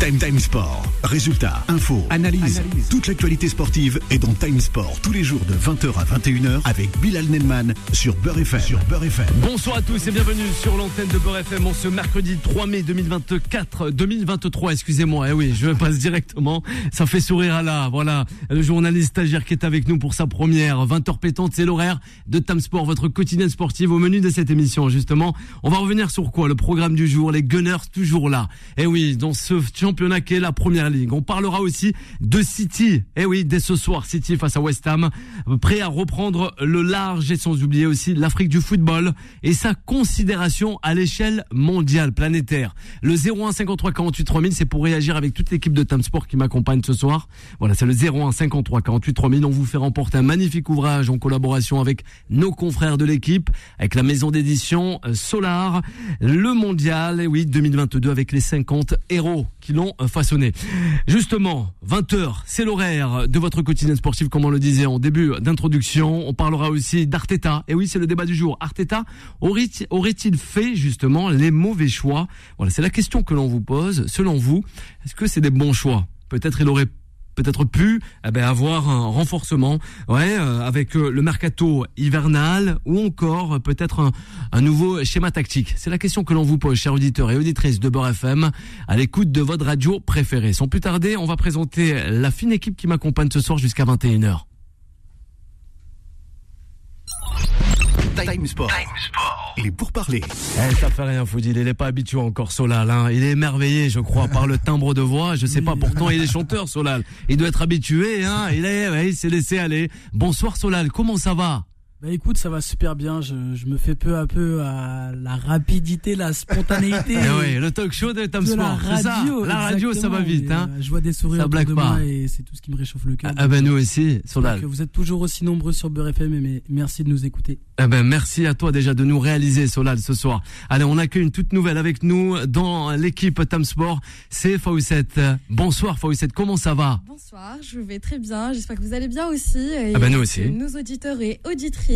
Time Sport. Résultats, infos, analyse. Toute l'actualité sportive est dans Time Sport tous les jours de 20h à 21h avec Bilal Nelman sur Beurre FM. Bonsoir à tous et bienvenue sur l'antenne de Beurre FM en ce mercredi 3 mai 2023, excusez-moi. Eh oui, je passe directement. Ça fait sourire à la, voilà, le journaliste stagiaire qui est avec nous pour sa première 20h pétante. C'est l'horaire de Time Sport, votre quotidien sportif. Au menu de cette émission, justement, on va revenir sur quoi? Le programme du jour, les Gunners toujours là. Eh oui, dans ce championnat qu'est la Première Ligue. On parlera aussi de City. Eh oui, dès ce soir, City face à West Ham, prêt à reprendre le large et sans oublier aussi l'Afrique du football et sa considération à l'échelle mondiale, planétaire. Le 01 53 48 3000, c'est pour réagir avec toute l'équipe de Time Sport qui m'accompagne ce soir. Voilà, c'est le 01 53 48 3000. On vous fait remporter un magnifique ouvrage en collaboration avec nos confrères de l'équipe, avec la maison d'édition Solar, le mondial, et oui, 2022 avec les 50 héros qui l'ont façonné. Justement, 20h, c'est l'horaire de votre quotidien sportif, comme on le disait en début d'introduction. On parlera aussi d'Arteta. Et oui, c'est le débat du jour. Arteta aurait-il fait justement les mauvais choix? Voilà, c'est la question que l'on vous pose. Selon vous, est-ce que c'est des bons choix? Peut-être il aurait pu avoir un renforcement avec le mercato hivernal ou encore peut-être un nouveau schéma tactique. C'est la question que l'on vous pose, chers auditeurs et auditrices de Beurre FM, à l'écoute de votre radio préférée. Sans plus tarder, on va présenter la fine équipe qui m'accompagne ce soir jusqu'à 21h. Time Sport. Il est pour parler. Ça fait rien, Foudil. Il n'est pas habitué encore, Solal. Il est émerveillé, je crois, par le timbre de voix. Je sais pas, pourtant il est chanteur, Solal. Il doit être habitué, hein. Il s'est laissé aller. Bonsoir, Solal. Comment ça va? Bah écoute, ça va super bien, je me fais peu à peu à la rapidité, la spontanéité. Oui, le talk show de Time Sport, c'est ça. La radio, ça va vite, hein. Je vois des sourires autour de moi et c'est tout ce qui me réchauffe le cœur. Nous aussi, Solal. Vous êtes toujours aussi nombreux sur Beurre FM, mais merci de nous écouter. Merci à toi déjà de nous réaliser, Solal, ce soir. Allez, on accueille une toute nouvelle avec nous dans l'équipe Time Sport, c'est Fawcett. Bonsoir Fawcett, comment ça va? Bonsoir, je vais très bien, j'espère que vous allez bien aussi. Et nous aussi. Nos auditeurs et auditrices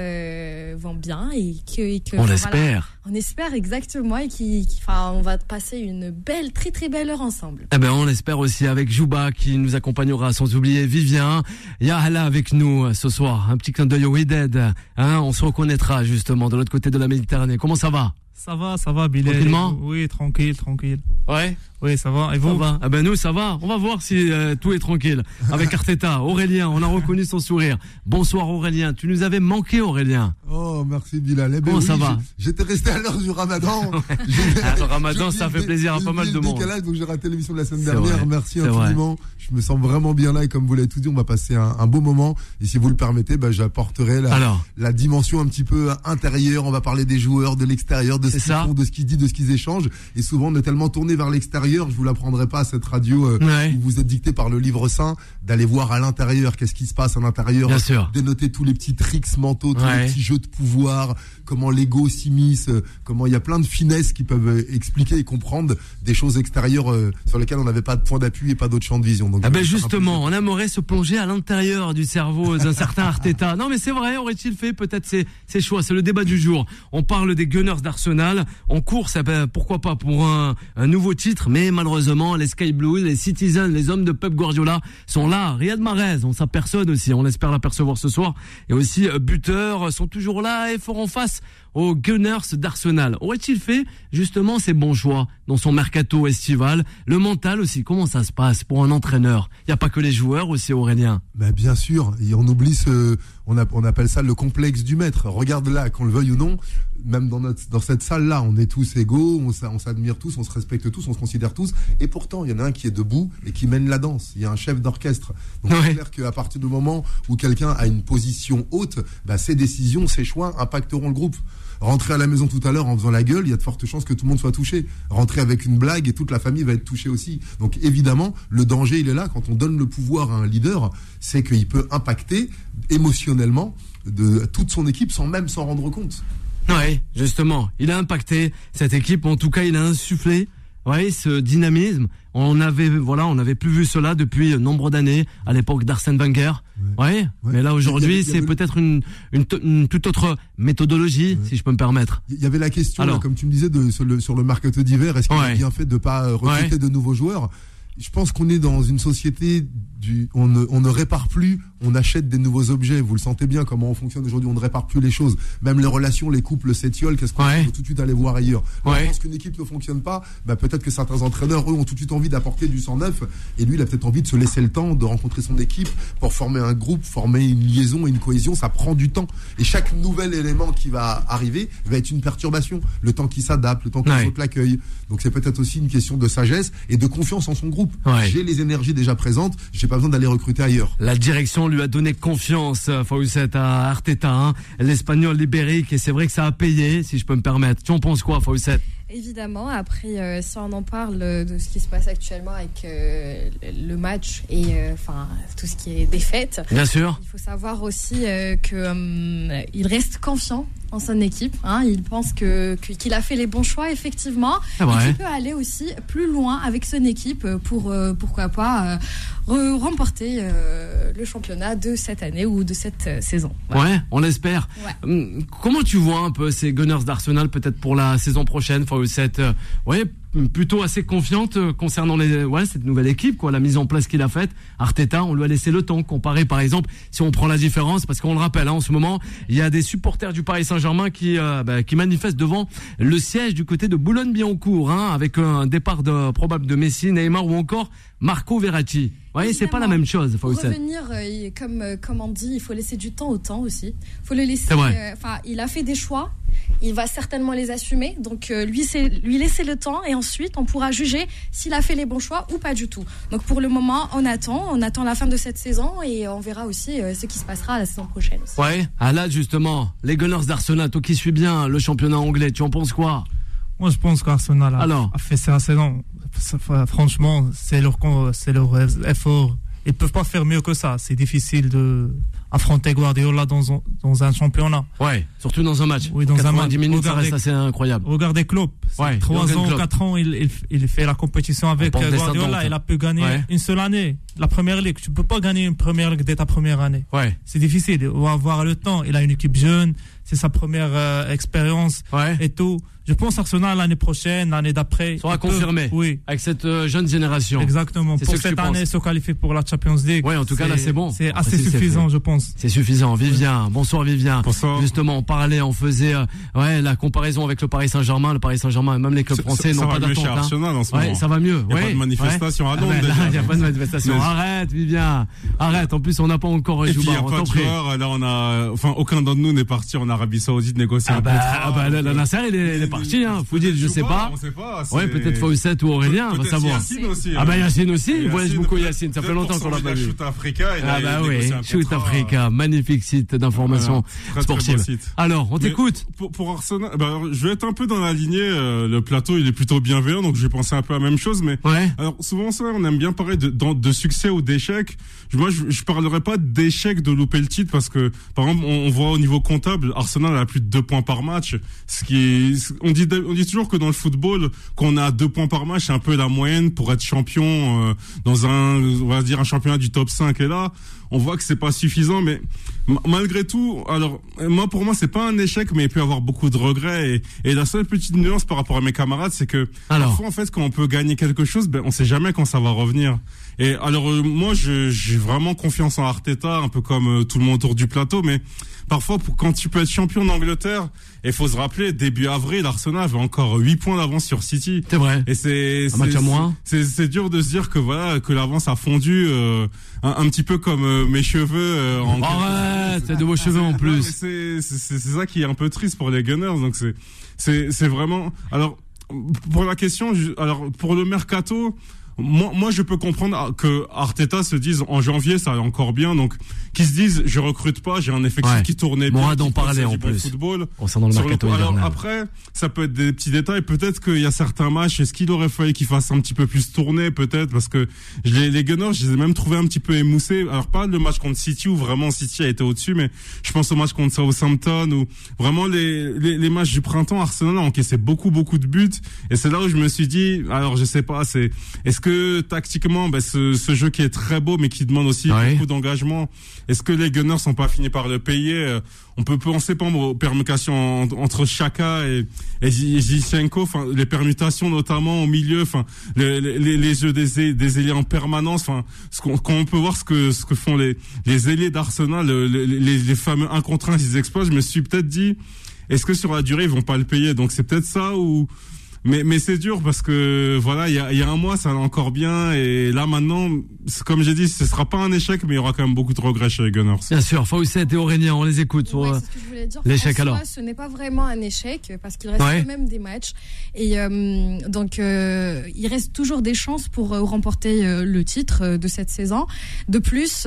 vont bien et que on espère. On espère exactement et on va passer une belle, très très belle heure ensemble. On espère aussi avec Jouba qui nous accompagnera, sans oublier Vivien. Yahala avec nous ce soir. Un petit clin d'œil au Wydad. On se reconnaîtra justement de l'autre côté de la Méditerranée. Comment ça va? Ça va, Bilal. Tranquillement? Oui, tranquille. Ouais. Oui, ça va. Et vous? Ça va. Nous, ça va. On va voir si tout est tranquille. Avec Arteta, Aurélien, on a reconnu son sourire. Bonsoir Aurélien. Tu nous avais manqué, Aurélien. Oh, merci Bilal. Comment ça va? J'étais resté à l'heure du Ramadan. Le Ramadan, ça fait plaisir à pas mal de monde. Donc j'ai raté l'émission de la semaine dernière. Vrai. Merci infiniment. Je me sens vraiment bien là et comme vous l'avez tout dit, on va passer un beau moment. Et si vous le permettez, j'apporterai la dimension un petit peu intérieure. On va parler des joueurs, de l'extérieur, de ce qu'ils font, de ce qu'ils disent, de ce qu'ils échangent. Et souvent, on est tellement tourné vers l'extérieur. Je vous l'apprendrai pas à cette radio où vous êtes dicté par le livre saint, d'aller voir à l'intérieur qu'est-ce qui se passe à l'intérieur. Bien sûr. Dénoter tous les petits tricks mentaux, tous les petits jeux de pouvoir, comment l'ego s'immisce, comment il y a plein de finesses qui peuvent expliquer et comprendre des choses extérieures sur lesquelles on n'avait pas de point d'appui et pas d'autre champ de vision. Donc, justement, on aimerait se plonger à l'intérieur du cerveau d'un certain Arteta. Non mais c'est vrai, aurait-il fait peut-être ses choix? C'est le débat du jour. On parle des Gunners d'Arsenal en course, pourquoi pas pour un nouveau titre, mais malheureusement les Sky Blues, les Citizens, les hommes de Pep Guardiola sont là. Riyad Mahrez, on s'aperçoit aussi, on espère l'apercevoir ce soir, et aussi buteurs sont toujours là et feront face aux Gunners d'Arsenal. Aurait-il fait justement ses bons choix dans son mercato estival? Le mental aussi, comment ça se passe pour un entraîneur? Il n'y a pas que les joueurs aussi, Aurélien. Bien sûr, et on oublie on appelle ça le complexe du maître. Regarde là, qu'on le veuille ou non, même dans cette salle-là, on est tous égaux, on s'admire tous, on se respecte tous, on se considère tous, et pourtant, il y en a un qui est debout et qui mène la danse. Il y a un chef d'orchestre. Donc c'est clair qu'à partir du moment où quelqu'un a une position haute, ses décisions, ses choix impacteront le groupe. Rentrer à la maison tout à l'heure en faisant la gueule, il y a de fortes chances que tout le monde soit touché. Rentrer avec une blague et toute la famille va être touchée aussi. Donc évidemment, le danger, il est là. Quand on donne le pouvoir à un leader, c'est qu'il peut impacter émotionnellement de toute son équipe sans même s'en rendre compte. Oui, justement, il a impacté cette équipe. En tout cas, il a insufflé ce dynamisme. On avait plus vu cela depuis nombre d'années, à l'époque d'Arsène Wenger. Ouais. Mais là aujourd'hui, c'est peut-être une toute autre méthodologie, si je peux me permettre. Il y avait la question, là, comme tu me disais, sur le mercato d'hiver. Est-ce qu'il a bien fait de pas recruter de nouveaux joueurs? Je pense qu'on est dans une société on ne répare plus, on achète des nouveaux objets. Vous le sentez bien comment on fonctionne aujourd'hui, on ne répare plus les choses. Même les relations, les couples, s'étiolent, qu'est-ce qu'on peut tout de suite aller voir ailleurs. Je pense qu'une équipe ne fonctionne pas, peut-être que certains entraîneurs, eux, ont tout de suite envie d'apporter du sang neuf, et lui, il a peut-être envie de se laisser le temps de rencontrer son équipe pour former un groupe, former une liaison et une cohésion. Ça prend du temps. Et chaque nouvel élément qui va arriver va être une perturbation. Le temps qui s'adapte, le temps que l'autre l'accueille. Donc c'est peut-être aussi une question de sagesse et de confiance en son groupe. J'ai les énergies déjà présentes, j'ai pas besoin d'aller recruter ailleurs. La direction lui a donné confiance, Fawcett, à Arteta, l'Espagnol ibérique, et c'est vrai que ça a payé, si je peux me permettre. Tu en penses quoi, Fawcett? Évidemment, après, si on en parle de ce qui se passe actuellement avec le match et tout ce qui est défaite, bien sûr, il faut savoir aussi qu'il reste confiant en son équipe. Il pense qu'il a fait les bons choix, effectivement, et qu'il peut aller aussi plus loin avec son équipe pour, pourquoi pas, remporter le championnat de cette année ou de cette saison. Ouais, on l'espère. Comment tu vois un peu ces Gunners d'Arsenal peut-être pour la saison prochaine, plutôt assez confiante concernant cette nouvelle équipe, la mise en place qu'il a faite. Arteta, on lui a laissé le temps, comparé par exemple, si on prend la différence, parce qu'on le rappelle, en ce moment, il y a des supporters du Paris Saint-Germain qui manifestent devant le siège du côté de Boulogne-Billancourt, avec un départ probable de Messi, Neymar ou encore Marco Verratti. C'est pas la même chose. Pour revenir, comme on dit, il faut laisser du temps au temps aussi. Il faut le laisser. Il a fait des choix. Il va certainement les assumer. Donc lui laisser le temps et ensuite on pourra juger s'il a fait les bons choix ou pas du tout. Donc pour le moment, on attend la fin de cette saison et on verra aussi ce qui se passera la saison prochaine aussi. Là justement, les Gunners d'Arsenal, toi qui suis bien le championnat anglais, tu en penses quoi? Moi je pense qu'Arsenal a fait sa saison. Franchement, c'est leur effort. Ils peuvent pas faire mieux que ça. C'est difficile de affronter Guardiola dans un championnat. Surtout dans un match. Oui, dans 90 minutes, ça reste assez incroyable. Regardez Klopp. 3 ans, 4 ans, il fait la compétition avec Guardiola. Il a pu gagner une seule année. La première ligue. Tu peux pas gagner une première ligue dès ta première année. C'est difficile. Il va avoir le temps. Il a une équipe jeune. C'est sa première expérience et tout. Je pense Arsenal l'année prochaine, l'année d'après sera confirmé. Avec cette jeune génération. Exactement. Pour cette année, se qualifier pour la Champions League. En tout cas là c'est bon. C'est assez suffisant, je pense. C'est suffisant. Vivien, bonsoir Vivien. Bonsoir. Justement, on parlait, on faisait la comparaison avec le Paris Saint-Germain. Le Paris Saint-Germain, même les clubs français n'ont pas d'attente. Ça va mieux chez Arsenal en ce moment. Ça va mieux. Il n'y a pas de manifestation à Londres. Il n'y a pas de manifestation. Arrête Vivien. Arrête. En plus, on n'a pas encore et puis il n'y a pas de joueurs. Là, aucun d'entre nous n'est parti en Arabie Saoudite négocier un contrat. La Nasser, il est parti. Faut dire, je sais pas. On sait pas. Peut-être Fawcett ou Aurélien, on va savoir. Yacine aussi. Yacine aussi. Il voyage beaucoup Yacine. Ça fait longtemps qu'on l'a pas vu. Shoot Africa. Shoot Africa. Magnifique site d'information sportive. Alors, on t'écoute. Pour Arsenal, je vais être un peu dans la lignée. Le plateau, il est plutôt bienveillant, donc je vais penser un peu à la même chose. Mais alors souvent on aime bien parler de succès ou d'échec. Moi, je parlerai pas d'échec de louper le titre parce que, par exemple, on voit au niveau comptable, Arsenal a plus de 2 points par match. On dit toujours que dans le football, qu'on a 2 points par match, c'est un peu la moyenne pour être champion dans on va dire un championnat du top 5. Et là, on voit que c'est pas suffisant, mais malgré tout, alors pour moi c'est pas un échec, mais il peut y avoir beaucoup de regrets et la seule petite nuance par rapport à mes camarades, c'est que parfois en fait quand on peut gagner quelque chose, on sait jamais quand ça va revenir. Et alors moi j'ai vraiment confiance en Arteta, un peu comme tout le monde autour du plateau, mais parfois quand tu peux être champion d'Angleterre, il faut se rappeler, début avril, Arsenal avait encore 8 points d'avance sur City. C'est vrai. Et c'est match à moins. C'est dur de se dire que l'avance a fondu un petit peu comme mes cheveux Arrête, c'est de vos cheveux en plus. C'est ça qui est un peu triste pour les Gunners, donc c'est vraiment. Alors pour la question, pour le mercato, moi je peux comprendre que Arteta se dise en janvier ça allait encore bien, donc qu'ils se disent je recrute pas, j'ai un effectif qui tournait bien, Morad en parlait en plus football concernant le mercato hivernal. Alors après ça peut être des petits détails, peut-être qu'il y a certains matchs, est-ce qu'il aurait fallu qu'il fasse un petit peu plus tourner, peut-être, parce que les Gunners je les ai même trouvés un petit peu émoussés. Alors pas le match contre City où vraiment City a été au-dessus, mais je pense au match contre Southampton où vraiment les matchs du printemps, Arsenal a encaissé beaucoup de buts, et c'est là où je me suis dit alors je sais pas, est-ce que tactiquement, ce jeu qui est très beau mais qui demande aussi beaucoup d'engagement, est-ce que les Gunners sont pas finis par le payer? On peut penser pas aux permutations entre Xhaka et Zinchenko, enfin les permutations notamment au milieu, enfin les jeux des ailiers en permanence, enfin quand on peut voir ce que font les ailiers d'Arsenal, les fameux 1 contre 1 qu'ils explosent, je me suis peut-être dit, est-ce que sur la durée ils vont pas le payer? Donc c'est peut-être ça ou mais c'est dur parce que voilà, il y a un mois ça allait encore bien et là maintenant, comme j'ai dit, ce sera pas un échec mais il y aura quand même beaucoup de regrets chez les Gunners. Bien sûr, Fawcett et Aurélien, on les écoute sur c'est ce que je voulais dire. L'échec alors. Ce n'est pas vraiment un échec parce qu'il reste quand même des matchs et donc il reste toujours des chances pour remporter le titre de cette saison. De plus,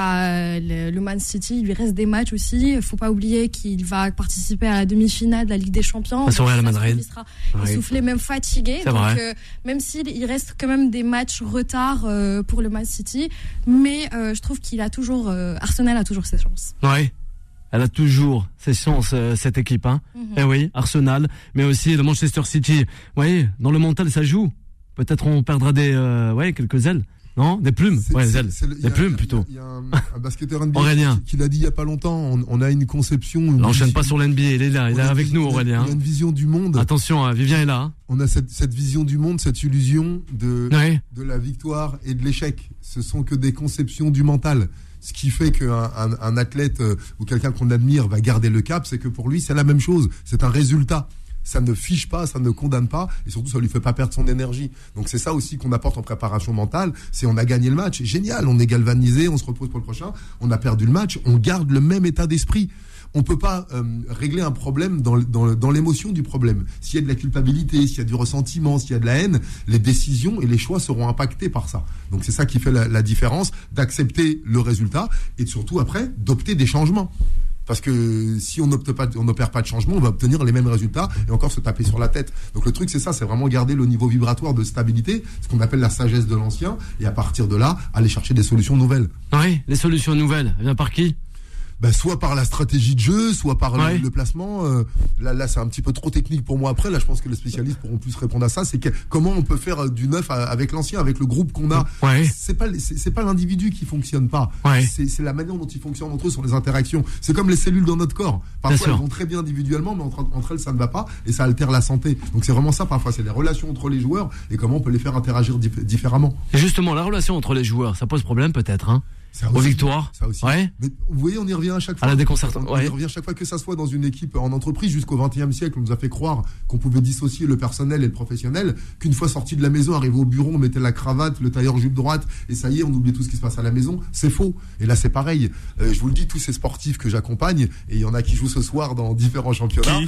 le Man City, il lui reste des matchs aussi. Il faut pas oublier qu'il va participer à la demi-finale de la Ligue des Champions. Sur Real Madrid. Il sera essoufflé, même fatigué. C'est donc même s'il reste quand même des matchs retard pour le Man City, mais je trouve qu'il a toujours Arsenal a toujours ses chances. Ouais. Elle a toujours ses chances, cette équipe, hein. Eh oui, Arsenal, mais aussi le Manchester City. Oui, dans le mental, ça joue. Peut-être on perdra quelques ailes. Non, des plumes. Des plumes plutôt. Il y a un basketteur NBA qui l'a dit il y a pas longtemps. On a une conception. L'enchaîne pas sur l'NBA. Il est là. Il est avec nous, Aurélien. On a une vision du monde. Attention, Vivien est là. Hein. On a cette vision du monde, cette illusion de la victoire et de l'échec. Ce sont que des conceptions du mental. Ce qui fait qu'un athlète ou quelqu'un qu'on admire va garder le cap, c'est que pour lui, c'est la même chose. C'est un résultat. Ça ne fiche pas, ça ne condamne pas, et surtout ça lui fait pas perdre son énergie. Donc c'est ça aussi qu'on apporte en préparation mentale, c'est on a gagné le match, génial, on est galvanisé, on se repose pour le prochain, on a perdu le match, on garde le même état d'esprit. On peut pas régler un problème dans l'émotion du problème. S'il y a de la culpabilité, s'il y a du ressentiment, s'il y a de la haine, les décisions et les choix seront impactés par ça. Donc c'est ça qui fait la différence, d'accepter le résultat et surtout après d'opter des changements. Parce que si on n'opère pas de changement, on va obtenir les mêmes résultats et encore se taper sur la tête. Donc le truc, c'est ça, c'est vraiment garder le niveau vibratoire de stabilité, ce qu'on appelle la sagesse de l'ancien, et à partir de là, aller chercher des solutions nouvelles. Oui, les solutions nouvelles, elles viennent par qui ? Soit par la stratégie de jeu, soit par le placement. Là, c'est un petit peu trop technique pour moi. Après, là, je pense que les spécialistes pourront plus répondre à ça. C'est comment on peut faire du neuf avec l'ancien, avec le groupe qu'on a. C'est pas l'individu qui fonctionne pas. C'est la manière dont ils fonctionnent entre eux sur les interactions. C'est comme les cellules dans notre corps. Parfois, elles vont très bien individuellement, mais entre elles, ça ne va pas et ça altère la santé. Donc, c'est vraiment ça. Parfois, c'est les relations entre les joueurs et comment on peut les faire interagir différemment. Et justement, la relation entre les joueurs, ça pose problème peut-être, hein. Aux victoires. Ça aussi. Mais vous voyez, on y revient à chaque fois. À la déconcertante. On y revient chaque fois, que ça soit dans une équipe en entreprise. Jusqu'au XXe siècle, on nous a fait croire qu'on pouvait dissocier le personnel et le professionnel, qu'une fois sorti de la maison, arrivé au bureau, on mettait la cravate, le tailleur jupe droite, et ça y est, on oublie tout ce qui se passe à la maison. C'est faux. Et là, c'est pareil. Je vous le dis, tous ces sportifs que j'accompagne, et il y en a qui jouent ce soir dans différents championnats.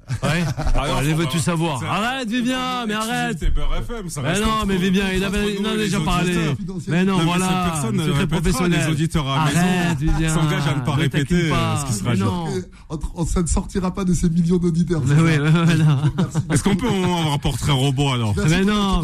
Allez, veux-tu savoir? Arrête, Vivien, mais arrête. Mais non, mais Vivien, il a déjà parlé. Mais non, voilà. Secret professionnel. Les auditeurs à la maison s'engagent à ne pas répéter ce qui sera dit. Ça ne sortira pas de ces millions d'auditeurs. Est-ce qu'on peut avoir un portrait robot alors? Mais non.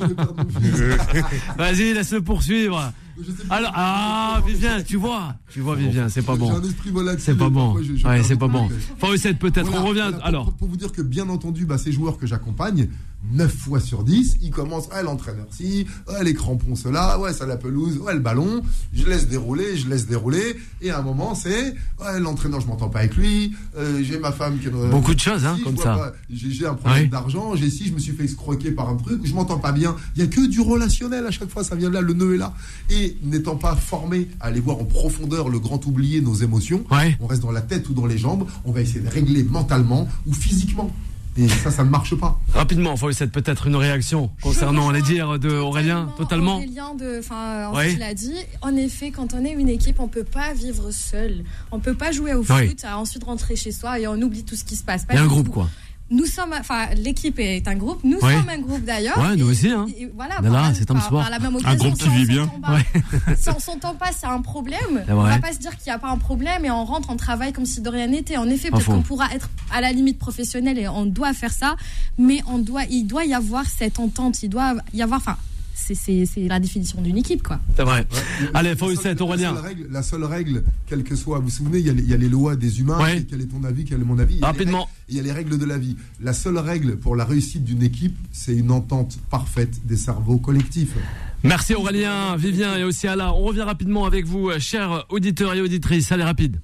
Vas-y, laisse-le poursuivre. Alors, Vivien, tu vois Vivien, c'est pas bon. J'ai un esprit volatile. C'est pas bon. C'est pas bon. Fawcett, peut-être, on revient. Alors. Pour vous dire que, bien entendu, ces joueurs que j'accompagne, 9 fois sur 10, ils commencent, l'entraîneur-ci, les crampons cela, ça la pelouse, le ballon, je laisse dérouler, et à un moment, c'est, l'entraîneur, je m'entends pas avec lui, j'ai ma femme qui... Beaucoup de choses, comme ça. J'ai un problème d'argent, je me suis fait escroquer par un truc, je m'entends pas bien, il y a que du relationnel à chaque fois, ça vient de là, le nœud est là. Et n'étant pas formé à aller voir en profondeur le grand oublié, nos émotions, on reste dans la tête ou dans les jambes, on va essayer de régler mentalement ou physiquement. Et ça ne marche pas. Rapidement, Fawcett, peut-être une réaction concernant les dires de Aurélien, totalement. Aurélien, il a dit, en effet, quand on est une équipe, on peut pas vivre seul. On peut pas jouer au foot, ensuite rentrer chez soi et on oublie tout ce qui se passe. Il y a un groupe, quoi. Nous sommes, l'équipe est un groupe. Nous sommes un groupe d'ailleurs. Nous aussi, hein. C'est un sport. Un groupe qui vit bien. Si on s'entend pas, c'est un problème. On va pas se dire qu'il n'y a pas un problème et on rentre, on travaille comme si de rien n'était. En effet, peut-être qu'on pourra être à la limite professionnel et on doit faire ça, mais il doit y avoir cette entente. Il doit y avoir, c'est la définition d'une équipe, quoi. C'est vrai. Allez, Fawcett, Aurélien. La seule règle, quelle que soit, vous vous souvenez, il y a les lois des humains, quel est ton avis, quel est mon avis. Rapidement. Il y a les règles de la vie. La seule règle pour la réussite d'une équipe, c'est une entente parfaite des cerveaux collectifs. Merci Aurélien, Vivien et aussi Ala. On revient rapidement avec vous, chers auditeurs et auditrices. Allez, rapide.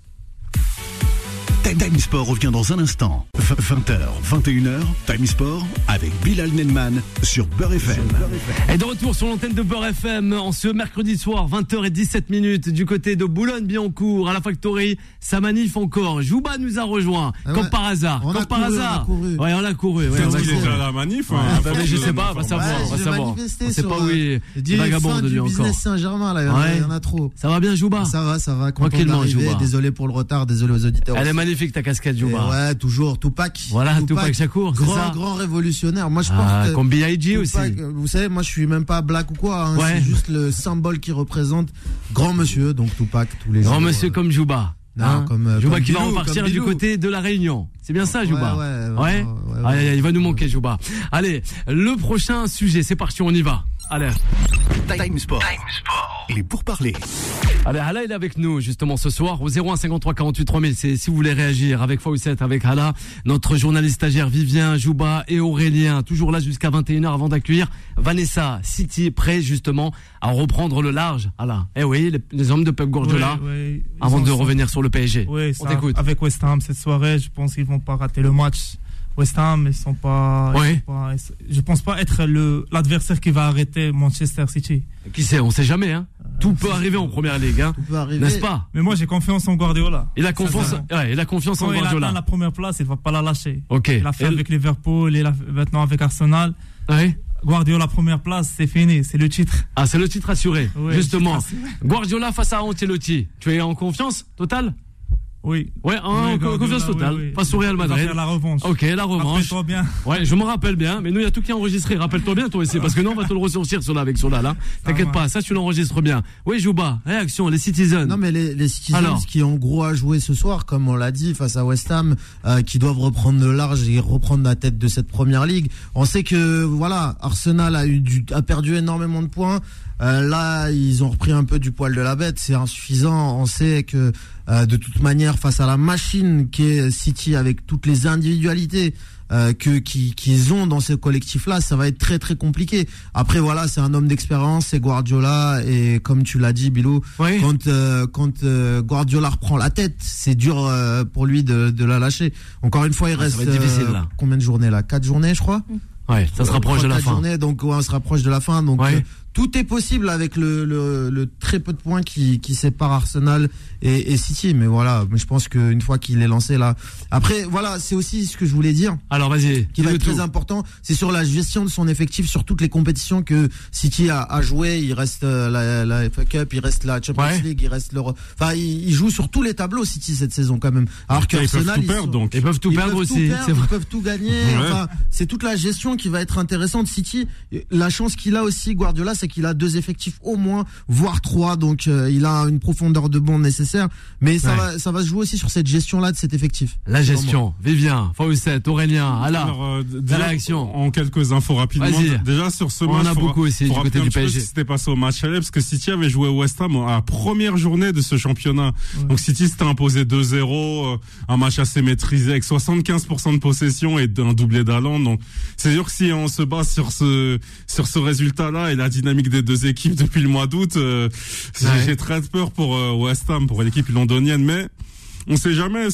Time Sport revient dans un instant. 20h, 21h, Time Sport avec Bilal Nelman sur Beurre FM. Et de retour sur l'antenne de Beurre FM en ce mercredi soir, 20h17 du côté de Boulogne-Billancourt à la Factory. Ça manif encore. Jouba nous a rejoint, comme par hasard. On a couru. Ouais, on a couru. Ouais, il était à la manif. Mais je sais pas, on va savoir. On sait pas où il vagabonde lui encore. Business Saint-Germain, là, il y en a trop. Ça va bien, Jouba? Ça va. Tranquillement, Jouba. Désolé pour le retard, désolé aux auditeurs. Elle est magnifique ta casquette, Jouba. Ouais, toujours Tupac. Voilà, Tupac Shakur, c'est ça. Grand révolutionnaire. Moi, je porte. Comme B.I.G. aussi. Vous savez, moi, je suis même pas black ou quoi. C'est juste le symbole qui représente grand monsieur. Donc Tupac tous les jours. Grand monsieur comme Jouba. Comme Jouba qui va repartir du côté de la Réunion. C'est bien ça, Jouba. Ouais. Il va nous manquer, Jouba. Allez, le prochain sujet, c'est parti, on y va. Allez. Time Sport. Il est pour parler. Allez, Hala, il est avec nous, justement, ce soir, au 01 53 48 3000. C'est si vous voulez réagir avec Fawcett, avec Hala, notre journaliste stagiaire Vivien, Jouba et Aurélien, toujours là jusqu'à 21h avant d'accueillir Vanessa, City, prêt, justement, à reprendre le large. Hala. Eh oui, les hommes de Pep Guardiola, avant de revenir sur le PSG. Oui, on t'écoute. Avec West Ham, cette soirée, je pense qu'ils vont pas rater le match. West Ham, ils sont pas, je pense pas être l'adversaire qui va arrêter Manchester City. Qui sait, on sait jamais, hein. Tout peut arriver en première ligue, hein. Tout peut arriver. N'est-ce pas? Mais moi, j'ai confiance en Guardiola. Il a confiance en Guardiola. Il atteint la première place, il va pas la lâcher. Ok. Il a fait avec Liverpool, il a maintenant avec Arsenal. Oui. Guardiola première place, c'est fini, c'est le titre. Ah, c'est le titre assuré. Oui, justement. Guardiola face à Ancelotti. Tu es en confiance totale? Oui. Ouais, confiance totale. Face au Real Madrid. Faire la revanche. Ok, la revanche. Rappelle-toi bien. Ouais, je me rappelle bien, mais nous, il y a tout qui est enregistré. Rappelle-toi bien, toi aussi, parce que nous, on va te le ressortir, cela, avec cela, là. T'inquiète pas, ça, tu l'enregistres bien. Oui, Jouba, réaction, les Citizens. Non, mais les Citizens qui ont gros à jouer ce soir, comme on l'a dit, face à West Ham, qui doivent reprendre le large et reprendre la tête de cette première ligue. On sait que, voilà, Arsenal a perdu énormément de points. Là, ils ont repris un peu du poil de la bête. C'est insuffisant. On sait que, de toute manière, face à la machine qu'est City, avec toutes les individualités qu'ils ont dans ce collectif-là, ça va être très très compliqué. Après, voilà, c'est un homme d'expérience, c'est Guardiola, et comme tu l'as dit, Bilou, quand Guardiola reprend la tête, c'est dur pour lui de la lâcher. Encore une fois, il reste difficile, là. Combien de journées là? 4 journées, je crois. Ouais, ça se rapproche de la fin. Donc on se rapproche de la fin. Donc tout est possible avec le très peu de points qui séparent Arsenal et City. Mais voilà, je pense qu'une fois qu'il est lancé là. Après, voilà, c'est aussi ce que je voulais dire. Alors vas-y. Qui va être très important, c'est sur la gestion de son effectif sur toutes les compétitions que City a joué. Il reste la FA Cup, il reste la Champions League, il reste l'Euro. Enfin, il joue sur tous les tableaux City cette saison quand même. Alors qu'Arsenal, ils peuvent tout perdre aussi. Ils peuvent tout gagner. Enfin, c'est toute la gestion qui va être intéressante. City, la chance qu'il a aussi, Guardiola, c'est qu'il a 2 effectifs au moins, voire 3, donc il a une profondeur de banc nécessaire, mais ça va se jouer aussi sur cette gestion-là de cet effectif. La gestion, Vivien, Fawcett, Aurélien, Ala, la réaction. En quelques infos rapidement. Vas-y. Déjà sur ce match, on en a beaucoup aussi du côté du PSG. C'était passé au match aller, parce que City avait joué au West Ham à la première journée de ce championnat. Donc City s'était imposé 2-0, un match assez maîtrisé avec 75% de possession et un doublé d'Haaland. Donc c'est sûr que si on se base sur ce résultat-là et la dynamique des deux équipes depuis le mois d'août, j'ai très peur pour West Ham, pour l'équipe londonienne, mais on sait jamais.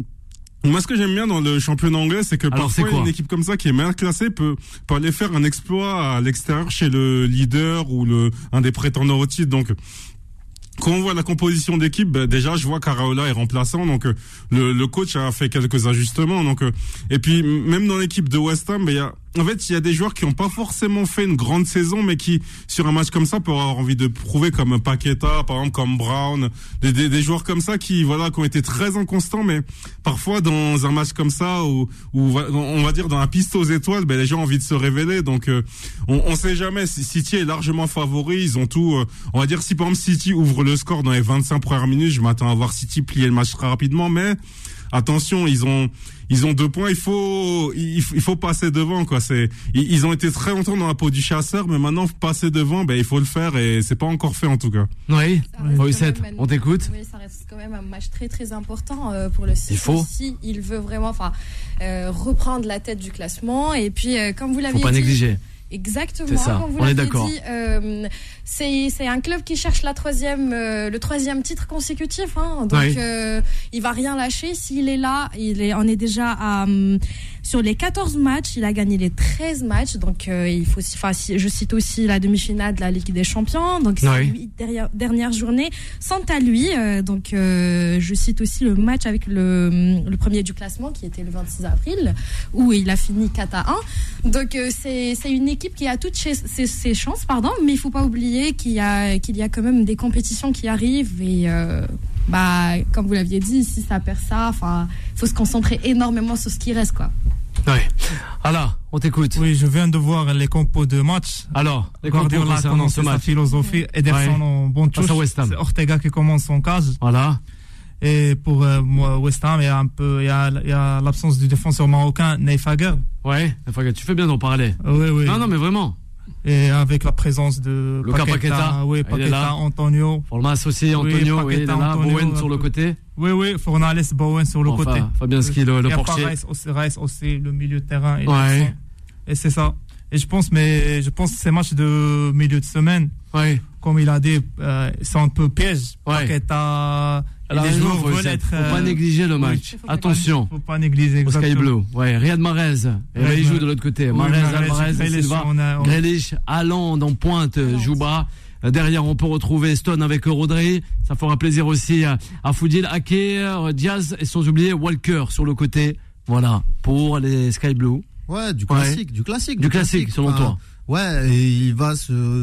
Moi, ce que j'aime bien dans le championnat anglais, c'est que parfois une équipe comme ça qui est mal classée peut aller faire un exploit à l'extérieur chez le leader ou un des prétendants au titre. Donc quand on voit la composition d'équipe, déjà je vois qu'Araola est remplaçant, donc le coach a fait quelques ajustements, donc et puis même dans l'équipe de West Ham, il y a des joueurs qui n'ont pas forcément fait une grande saison, mais qui sur un match comme ça peuvent avoir envie de prouver, comme Paqueta par exemple, comme Brown, des joueurs comme ça qui ont été très inconstants, mais parfois dans un match comme ça où on va dire dans la piste aux étoiles, les gens ont envie de se révéler, donc on sait jamais. City est largement favori, ils ont tout. On va dire si par exemple City ouvre le score dans les 25 premières minutes, je m'attends à voir City plier le match très rapidement, mais attention, ils ont 2 points, il faut passer devant, quoi. Ils ont été très longtemps dans la peau du chasseur, mais maintenant passer devant, il faut le faire et c'est pas encore fait en tout cas. Oui. On t'écoute. Oui, ça reste quand même un match très très important pour le CIS. Si il veut vraiment, reprendre la tête du classement et puis comme vous l'avez dit. Faut pas négliger. Exactement. C'est ça. Comme vous On est l'avez d'accord. dit, c'est un club qui cherche le 3e titre consécutif. Donc il va rien lâcher. S'il est là, on est déjà sur les 14 matchs. Il a gagné les 13 matchs. Donc il faut je cite aussi la demi-finale de la Ligue des Champions. Donc c'est 8 dernières journées sont à lui. Donc je cite aussi le match avec le premier du classement qui était le 26 avril où il a fini 4-1. Donc c'est une équipe qui a toutes ses chances, mais il faut pas oublier qu'il y a quand même des compétitions qui arrivent et comme vous l'aviez dit, si ça perd ça, faut se concentrer énormément sur ce qui reste, quoi. Oui. Alors, on t'écoute. Oui, je viens de voir les compos de match. Alors, les compos concernant ce match. Sa philosophie, Ederson en bon touche. C'est Ortega qui commence son case. Voilà. Et pour moi, West Ham, il y a l'absence du défenseur marocain Neyfager. Ouais, Neyfager, tu fais bien d'en parler. Oui. Non, mais vraiment. Et avec la présence de Paqueta, Antonio. Formas aussi, Antonio, Bowen sur le côté. Oui, Fornales, Bowen sur le côté. Fabianski, le portier. Rice aussi, le milieu de terrain. Et c'est ça. Et je pense que ces matchs de milieu de semaine, comme il a dit, c'est un peu piège. Paqueta. Les joueurs veulent être. Faut pas négliger le match. Attention. Faut pas négliger. Au Sky Blue. Riyad Mahrez. Il joue de l'autre côté. Mahrez, Alvarez, Silva, Grealish, Haaland en pointe, Jouba. Derrière, on peut retrouver Stone avec Rodri. Ça fera plaisir aussi à Foudil, Ake, Diaz et sans oublier Walker sur le côté. Voilà. Pour les Sky Blue. Ouais, du classique. Du classique, selon toi. Ouais, et il va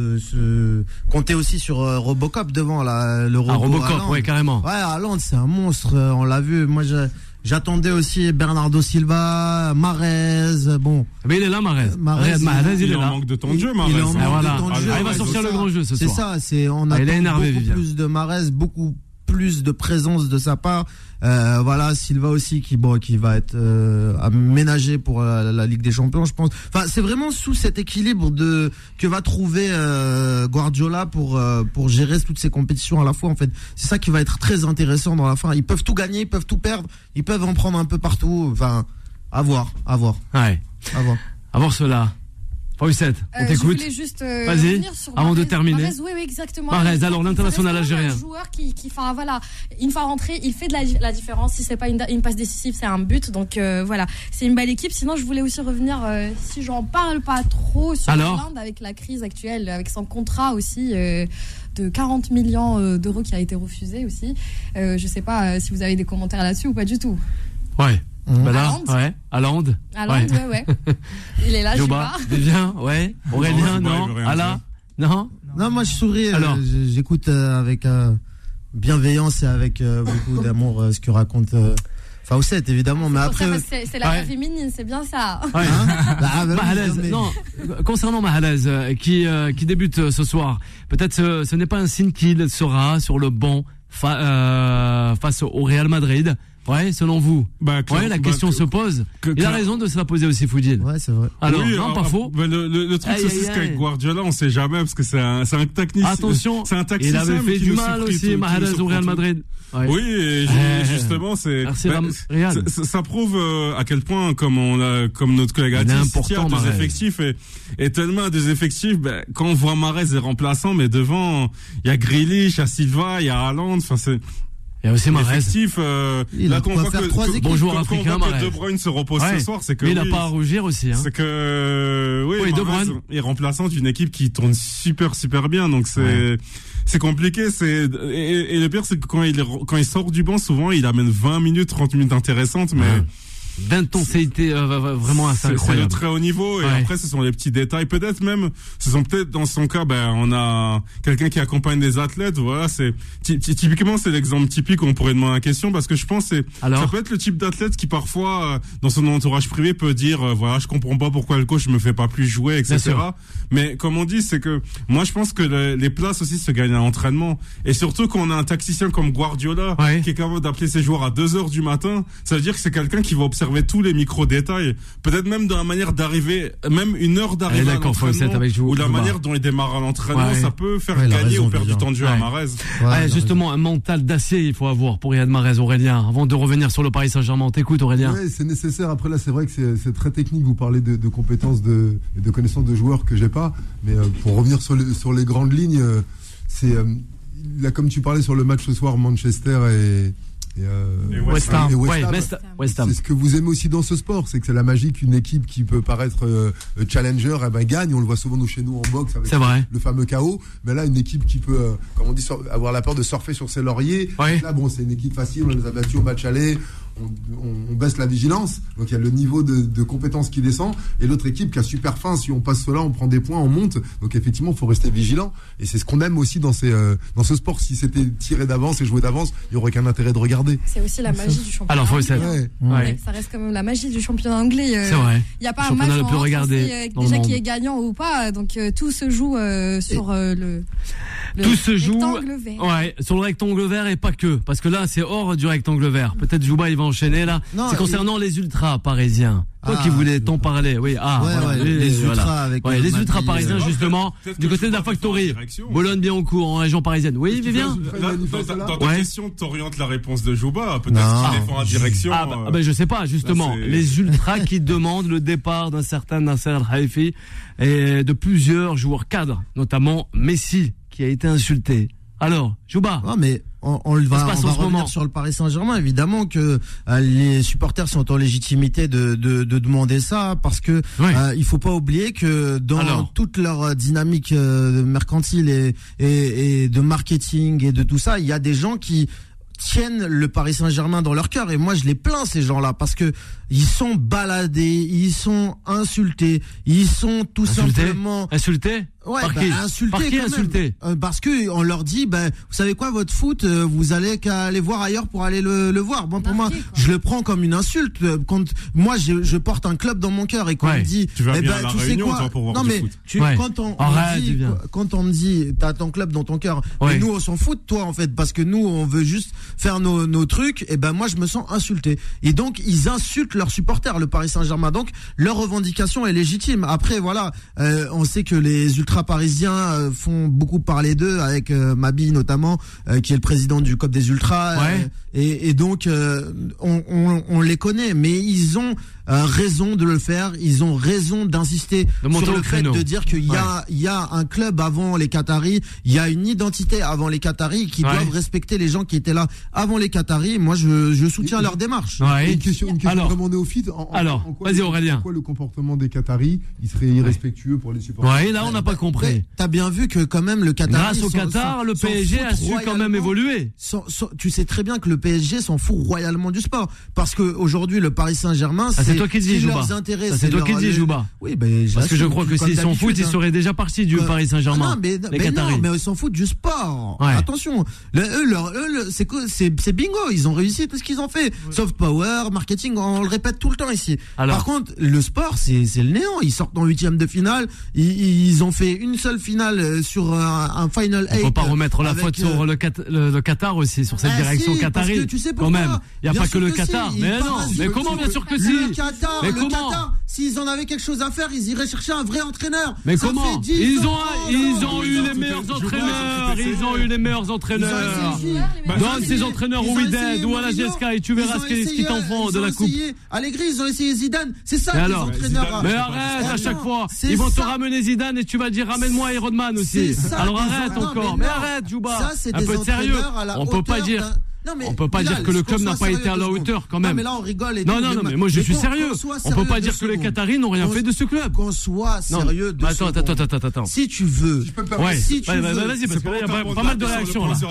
se compter aussi sur Robocop devant le robot. Robocop, ouais, carrément. Ouais, Haaland, c'est un monstre, on l'a vu. Moi, j'attendais aussi Bernardo Silva, Mahrez, bon. Mais il est là, Mahrez, il est là. Il manque de temps de jeu, Mahrez. Il va sortir le grand jeu ce soir. C'est ça, on attend beaucoup plus de Mahrez, beaucoup plus de présence de sa part. Silva aussi qui va être aménagé pour la Ligue des Champions, je pense. Enfin, c'est vraiment sous cet équilibre que va trouver Guardiola pour gérer toutes ces compétitions à la fois. En fait, c'est ça qui va être très intéressant dans la fin. Ils peuvent tout gagner, ils peuvent tout perdre, ils peuvent en prendre un peu partout. Enfin, à voir. Ouais. À voir cela. Fawcett, on t'écoute. Je voulais juste vas-y, avant de terminer. Oui, exactement. Mahrez, alors l'international algérien. Un joueur qui une fois rentré, il fait de la différence. Si c'est pas une passe décisive, c'est un but. Donc c'est une belle équipe. Sinon, je voulais aussi revenir, si j'en parle pas trop, sur Haaland avec la crise actuelle, avec son contrat aussi de 40 millions d'euros qui a été refusé aussi. Je sais pas si vous avez des commentaires là-dessus ou pas du tout. Ouais. Haaland. Ouais. Il est là, Jouba, Vivien, Aurélien, non. Ala, non. Non, moi je souris. J'écoute avec bienveillance et avec beaucoup d'amour ce que raconte Fawcett, évidemment. Mais après, c'est la voix féminine, c'est bien ça. Mahrez, non. Concernant Mahrez, qui débute ce soir, peut-être ce n'est pas un signe qu'il sera sur le banc face au Real Madrid. Ouais, selon vous. La question se pose. Il a raison de se la poser aussi, Foudil. Ouais, c'est vrai. Alors, non, pas faux. Le truc, c'est qu'avec Guardiola, on sait jamais, parce que c'est un technicien. Attention. C'est un tacticien. Il avait fait du mal aussi, Mahrez au Real Madrid. Ouais. Oui, et justement, ça prouve à quel point, comme notre collègue a dit, il y a des effectifs et tellement des effectifs, quand on voit Mahrez est remplaçant, mais devant, il y a Grealish, il y a Silva, il y a Haaland, il y a aussi Mahrez. Là, qu'on voit que bonjour africain, De Bruyne se repose ce soir, c'est que. Mais il n'a pas à rougir aussi, hein. C'est que, De Bruyne est remplaçant d'une équipe qui tourne super bien, donc c'est compliqué, et le pire, c'est que quand il sort du banc, souvent, il amène 20 minutes, 30 minutes intéressantes, mais d'intensité vraiment assez incroyable. C'est de très haut niveau et après ce sont les petits détails. Peut-être même, ce sont peut-être dans son cas, on a quelqu'un qui accompagne des athlètes. Voilà, c'est typiquement c'est l'exemple typique où on pourrait demander la question parce que je pense ça peut être le type d'athlète qui parfois dans son entourage privé peut dire voilà, je comprends pas pourquoi le coach me fait pas plus jouer, etc. Mais comme on dit, c'est que moi je pense que les places aussi se gagnent à l'entraînement et surtout quand on a un tacticien comme Guardiola qui est capable d'appeler ses joueurs à 2h du matin, ça veut dire que c'est quelqu'un qui va observer tous les micro-détails, peut-être même dans la manière d'arriver, même une heure d'arriver à l'entraînement, ou la manière dont il démarre à l'entraînement, ça peut faire gagner ou perdre du temps de jeu à Mahrez. Justement, un mental d'acier il faut avoir pour Riyad Mahrez, Aurélien, avant de revenir sur le Paris Saint-Germain. T'écoutes, Aurélien? Oui, c'est nécessaire. Après là, c'est vrai que c'est très technique, vous parlez de compétences et de connaissances de joueurs que j'ai pas, mais pour revenir sur les grandes lignes, c'est là, comme tu parlais sur le match ce soir, Manchester et West Ham. C'est ce que vous aimez aussi dans ce sport, c'est que c'est la magie qu'une équipe qui peut paraître challenger gagne. On le voit souvent chez nous en boxe avec le fameux KO. Mais là, une équipe qui peut, comme on dit, avoir la peur de surfer sur ses lauriers. Là, c'est une équipe facile. On les a battus au match aller. On baisse la vigilance, donc il y a le niveau de compétence qui descend, et l'autre équipe qui a super faim, si on passe cela, on prend des points, on monte, donc effectivement il faut rester vigilant, et c'est ce qu'on aime aussi dans ce sport. Si c'était tiré d'avance et joué d'avance, il n'y aurait aucun intérêt de regarder. C'est aussi la magie du championnat anglais. Ça reste quand même la magie du championnat anglais. C'est vrai. Il n'y a pas un match déjà qui est gagnant ou pas, donc tout se joue sur le rectangle vert. Sur le rectangle vert et pas que, parce que là c'est hors du rectangle vert. Peut-être Jouba il va enchaîner là. C'est concernant les ultras parisiens. Toi qui voulais t'en parler, les ultras parisiens justement du côté de la Factory, Boulogne-Billancourt en région parisienne. Oui, Vivien. Dans ta question, t'orientes la réponse de Jouba. Peut-être qu'il défend la direction. Je sais pas justement. Les ultras qui demandent le départ d'un certain Nasser Al-Khelaifi et de plusieurs joueurs cadres, notamment Messi qui a été insulté. Alors, Jouba. Non mais on va revenir sur le Paris Saint-Germain. Évidemment que les supporters sont en légitimité de demander ça, parce que il faut pas oublier que dans toute leur dynamique mercantile et de marketing et de tout ça, il y a des gens qui tiennent le Paris Saint-Germain dans leur cœur, et moi je les plains, ces gens-là, parce que ils sont baladés, ils sont insultés, ils sont tout simplement insultés. Insultés. Parce que on leur dit, vous savez quoi, votre foot, vous allez qu'à aller voir ailleurs pour aller le voir. Bon, pour moi, je le prends comme une insulte. Quand moi, je porte un club dans mon cœur, et qu'on me dit, tu sais quoi, non mais quand on me dit, t'as ton club dans ton cœur, mais nous on s'en fout de toi en fait, parce que nous on veut juste faire nos trucs. Et moi je me sens insulté. Et donc ils insultent leurs supporters, le Paris Saint-Germain. Donc leur revendication est légitime. Après on sait que les ultra parisiens font beaucoup parler d'eux, avec Mabi notamment, qui est le président du COP des ultras, et donc on les connaît, mais ils ont raison de le faire, ils ont raison d'insister sur le fait de dire qu'il y a un club avant les Qataris, il y a une identité avant les Qataris, qui doivent respecter les gens qui étaient là avant les Qataris. Moi je soutiens leur démarche. Une question vraiment néophyte. Vas-y Aurélien. Pourquoi le comportement des Qataris il serait irrespectueux pour les supporters? Là on n'a pas compris. T'as bien vu que quand même le Qatar, grâce au Qatar, le PSG a su quand même évoluer. Tu sais très bien que le PSG s'en fout royalement du sport, parce que aujourd'hui le Paris Saint-Germain, c'est toi qui dis, Jouba. C'est toi qui dis, Jouba. Oui, parce que je crois que s'ils s'en foutent, ils seraient déjà partis du Paris Saint-Germain. Mais ils s'en foutent du sport. Attention, c'est bingo, ils ont réussi tout ce qu'ils ont fait. Soft power, marketing, on le répète tout le temps ici. Par contre, le sport, c'est le néant. Ils sortent en 8e de finale. Ils ont fait une seule finale sur un Final 8. Il ne faut pas remettre la faute sur le Qatar aussi, sur cette direction qatari. Tu sais quand même. Il n'y a pas que le Qatar. Mais non, mais comment, bien sûr que si. Le Qatar, s'ils en avaient quelque chose à faire, ils iraient chercher un vrai entraîneur. Mais comment? Ils ont eu les meilleurs entraîneurs. Ils ont eu les meilleurs entraîneurs. Donne ces entraîneurs au Wydad ou à la GSK et tu verras ce qu'ils t'en font de la coupe. Allegri, ils ont essayé Zidane. C'est ça les entraîneurs. Mais arrête à chaque fois. Ils vont te ramener Zidane et tu vas dire ramène-moi Rodman aussi. Alors arrête encore. Mais arrête, Jouba. Un peu de sérieux. On peut pas dire. on peut pas dire que le club n'a pas été à la hauteur quand même. Non, mais là on rigole. Non, mais moi je suis sérieux. On peut pas dire que les Qataris n'ont rien fait de ce club. Qu'on soit sérieux. Attends. Si tu veux. Vas-y, parce que là il y a pas mal de réactions là.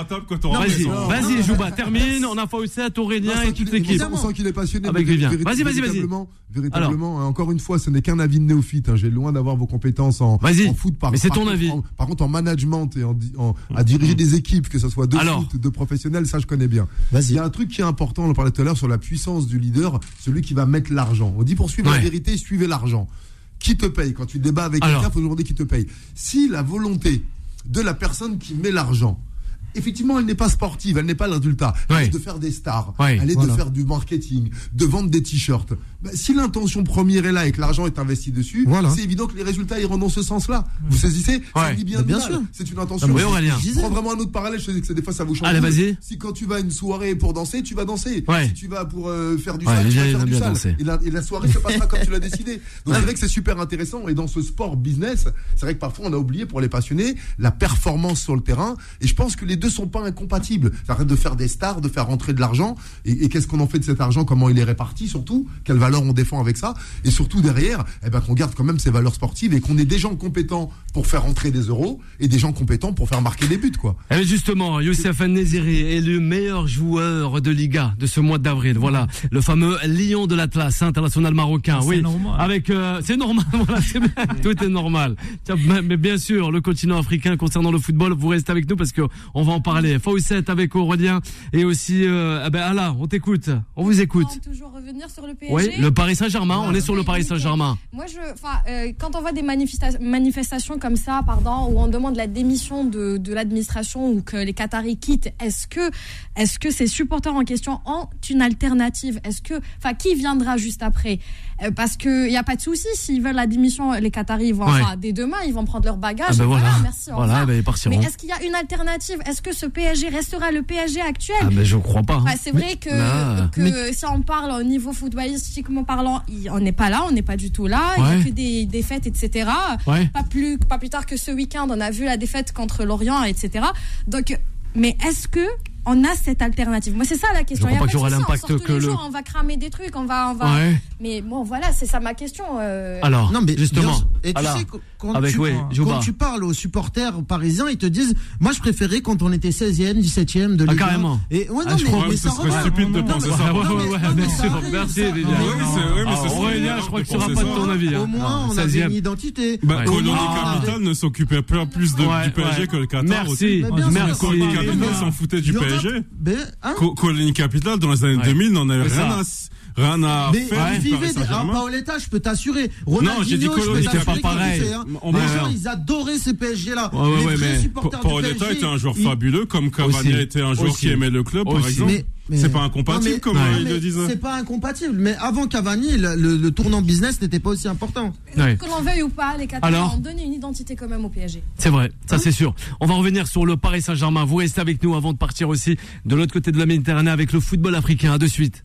Vas-y, Jouba, termine. On a Fawcett, Aurélien et toute l'équipe. On sent qu'il est passionné. Avec Vivien. Vas-y. Véritablement, encore une fois, ce n'est qu'un avis de néophyte. J'ai loin d'avoir vos compétences en foot. Mais c'est ton avis. Par contre, en management et à diriger des équipes, que ce soit de foot, de professionnels, ça je connais bien. Il y a un truc qui est important, on en parlait tout à l'heure, sur la puissance du leader, celui qui va mettre l'argent. On dit pour suivre la vérité, suivez l'argent. Qui te paye? Quand tu débats avec quelqu'un, il faut demander qui te paye. Si la volonté de la personne qui met l'argent, effectivement, elle n'est pas sportive, elle n'est pas le résultat. Elle est de faire des stars, elle est de faire du marketing, de vendre des t-shirts. Si l'intention première est là et que l'argent est investi dessus, c'est évident que les résultats iront dans ce sens-là. Vous saisissez? Ça dit bien sûr. C'est une intention. Je prends vraiment un autre parallèle, je sais que des fois ça vous change. Allez, vas-y. Si quand tu vas à une soirée pour danser, tu vas danser. Si tu vas pour faire du sale, tu vas faire du sale. Et la soirée se passera comme tu l'as décidé. Donc c'est vrai que c'est super intéressant. Et dans ce sport business, c'est vrai que parfois on a oublié pour les passionnés la performance sur le terrain. Et je pense que les deux sont pas incompatibles. Ça arrête de faire des stars, de faire rentrer de l'argent. Et qu'est-ce qu'on en fait de cet argent? Comment il est réparti surtout? Quelle valeur on défend avec ça? Et surtout derrière, qu'on garde quand même ses valeurs sportives et qu'on ait des gens compétents pour faire rentrer des euros et des gens compétents pour faire marquer des buts, quoi. Et justement, Youssef En-Nesyri est le meilleur joueur de Liga de ce mois d'avril. Voilà, le fameux lion de l'Atlas international marocain. C'est normal. Avec c'est normal. Voilà, c'est bien. Tout est normal. Mais bien sûr, le continent africain concernant le football, vous restez avec nous parce que on va en parler. Fawcett avec Aurélien et aussi Ala, on t'écoute, on vous écoute. On peut toujours revenir sur le PSG. Oui, le Paris Saint-Germain, on est sur le Paris Saint-Germain. Moi quand on voit des manifestations comme ça, où on demande la démission de l'administration ou que les Qataris quittent, est-ce que ces supporters en question ont une alternative? Qui viendra juste après? Parce que il y a pas de souci, s'ils veulent la démission, les Qataris vont dès demain, ils vont prendre leur bagage. Merci. Ils partiront. Mais est-ce qu'il y a une alternative? Est-ce que ce PSG restera le PSG actuel? Mais je crois pas. C'est vrai que si on parle au niveau footballistiquement parlant, on n'est pas là, on n'est pas du tout là. Il y a que des défaites, etc. Pas plus tard que ce week-end, on a vu la défaite contre Lorient, etc. Donc, mais est-ce que on a cette alternative? Moi, c'est ça la question. Je crois pas qu'il y aura l'impact que le. On va cramer des trucs, on va. Mais bon, voilà, c'est ça ma question. Alors, non, mais justement. Et tu sais, quand tu parles aux supporters parisiens, ils te disent, moi, je préférais quand on était 16e, 17e de Ligue 1. Carrément. Et mais ça serait stupide de penser ça. Bien sûr. Merci, Aurélien, je crois que ce sera pas de ton avis. Au moins, on avait une identité. Colonie Capital ne s'occupait pas plus du PSG que le Qatar. Merci. Colonie Capital s'en foutait du PSG. Colonie Capital dans les années 2000 n'en avait rien à faire. Mais vivez Paoletta, je peux t'assurer. Non, j'ai dit Colonie, c'était pas pareil. Les gens, ils adoraient ces PSG-là. Les vrais supporters du PSG. Paoletta était un joueur fabuleux, comme Cavani était un joueur qui aimait le club, par exemple. C'est pas incompatible, comme ils le disent. C'est pas incompatible, mais avant Cavani, le tournant business n'était pas aussi important. Que l'on veuille ou pas, les Qataris ont donné une identité quand même au PSG. C'est vrai, ça c'est sûr. On va revenir sur le Paris Saint-Germain. Vous restez avec nous avant de partir aussi de l'autre côté de la Méditerranée avec le football africain. À de suite.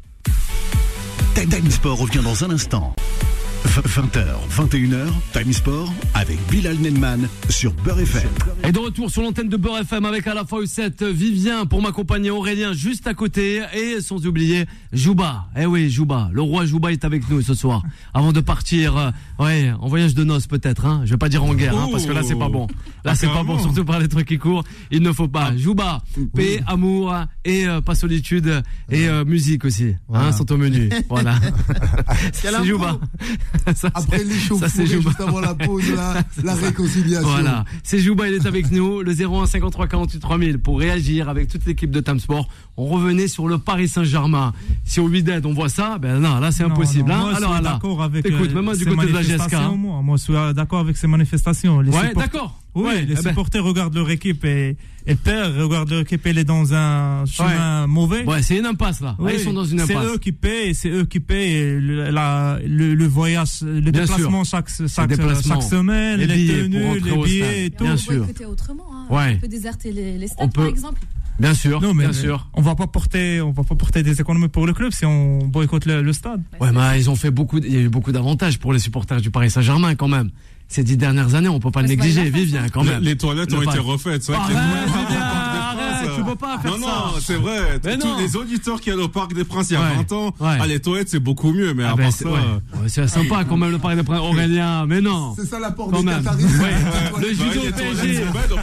Time Sport revient dans un instant. 20h, 21h, Time Sport avec Bilal Nenman sur Beurre FM. Et de retour sur l'antenne de Beurre FM avec à la fois Fawcett, Vivien pour m'accompagner, Aurélien juste à côté et sans oublier Jouba. Jouba, le roi Jouba est avec nous ce soir. Avant de partir, en voyage de noces peut-être. Je vais pas dire en guerre, parce que là c'est pas bon. Là c'est pas bon, surtout par les trucs qui courent. Il ne faut pas. Jouba, paix, amour et pas solitude et musique aussi. Sont au menu. Voilà. C'est Jouba. Après l'échauffourée, juste avant la pause, la réconciliation. Voilà, c'est Jouba, il est avec nous, le 01 53 48 3000 pour réagir avec toute l'équipe de Time Sport. On revenait sur le Paris Saint-Germain. Si au Wydad on voit ça, non, là c'est impossible. Moi, je suis d'accord avec écoute, même du côté de la GSK. Moi, je suis d'accord avec ces manifestations. D'accord. Les supporters regardent leur équipe et perdent, regardent leur équipe, elle est dans un chemin mauvais. C'est une impasse là. Ils sont dans une impasse. C'est eux qui payent le voyage, le déplacement chaque semaine, les tenues, les billets et tout. On peut boycotter autrement. On peut déserter les stades par exemple. Bien sûr, bien sûr. On va pas porter des économies pour le club si on boycotte le stade. Mais ils ont fait il y a eu beaucoup d'avantages pour les supporters du Paris Saint-Germain quand même. Ces 10 dernières années, on peut pas le négliger, Vivien, quand même. Les toilettes ont été refaites, c'est vrai. tu peux pas faire ça. Non, c'est vrai. Tous les auditeurs qui allaient au Parc des Princes il y a 20 ans, les toilettes, c'est beaucoup mieux, mais à part ça. C'est sympa quand même le Parc des Princes. Aurélien, mais non. C'est ça l'apport des Qataris. Le judo PSG.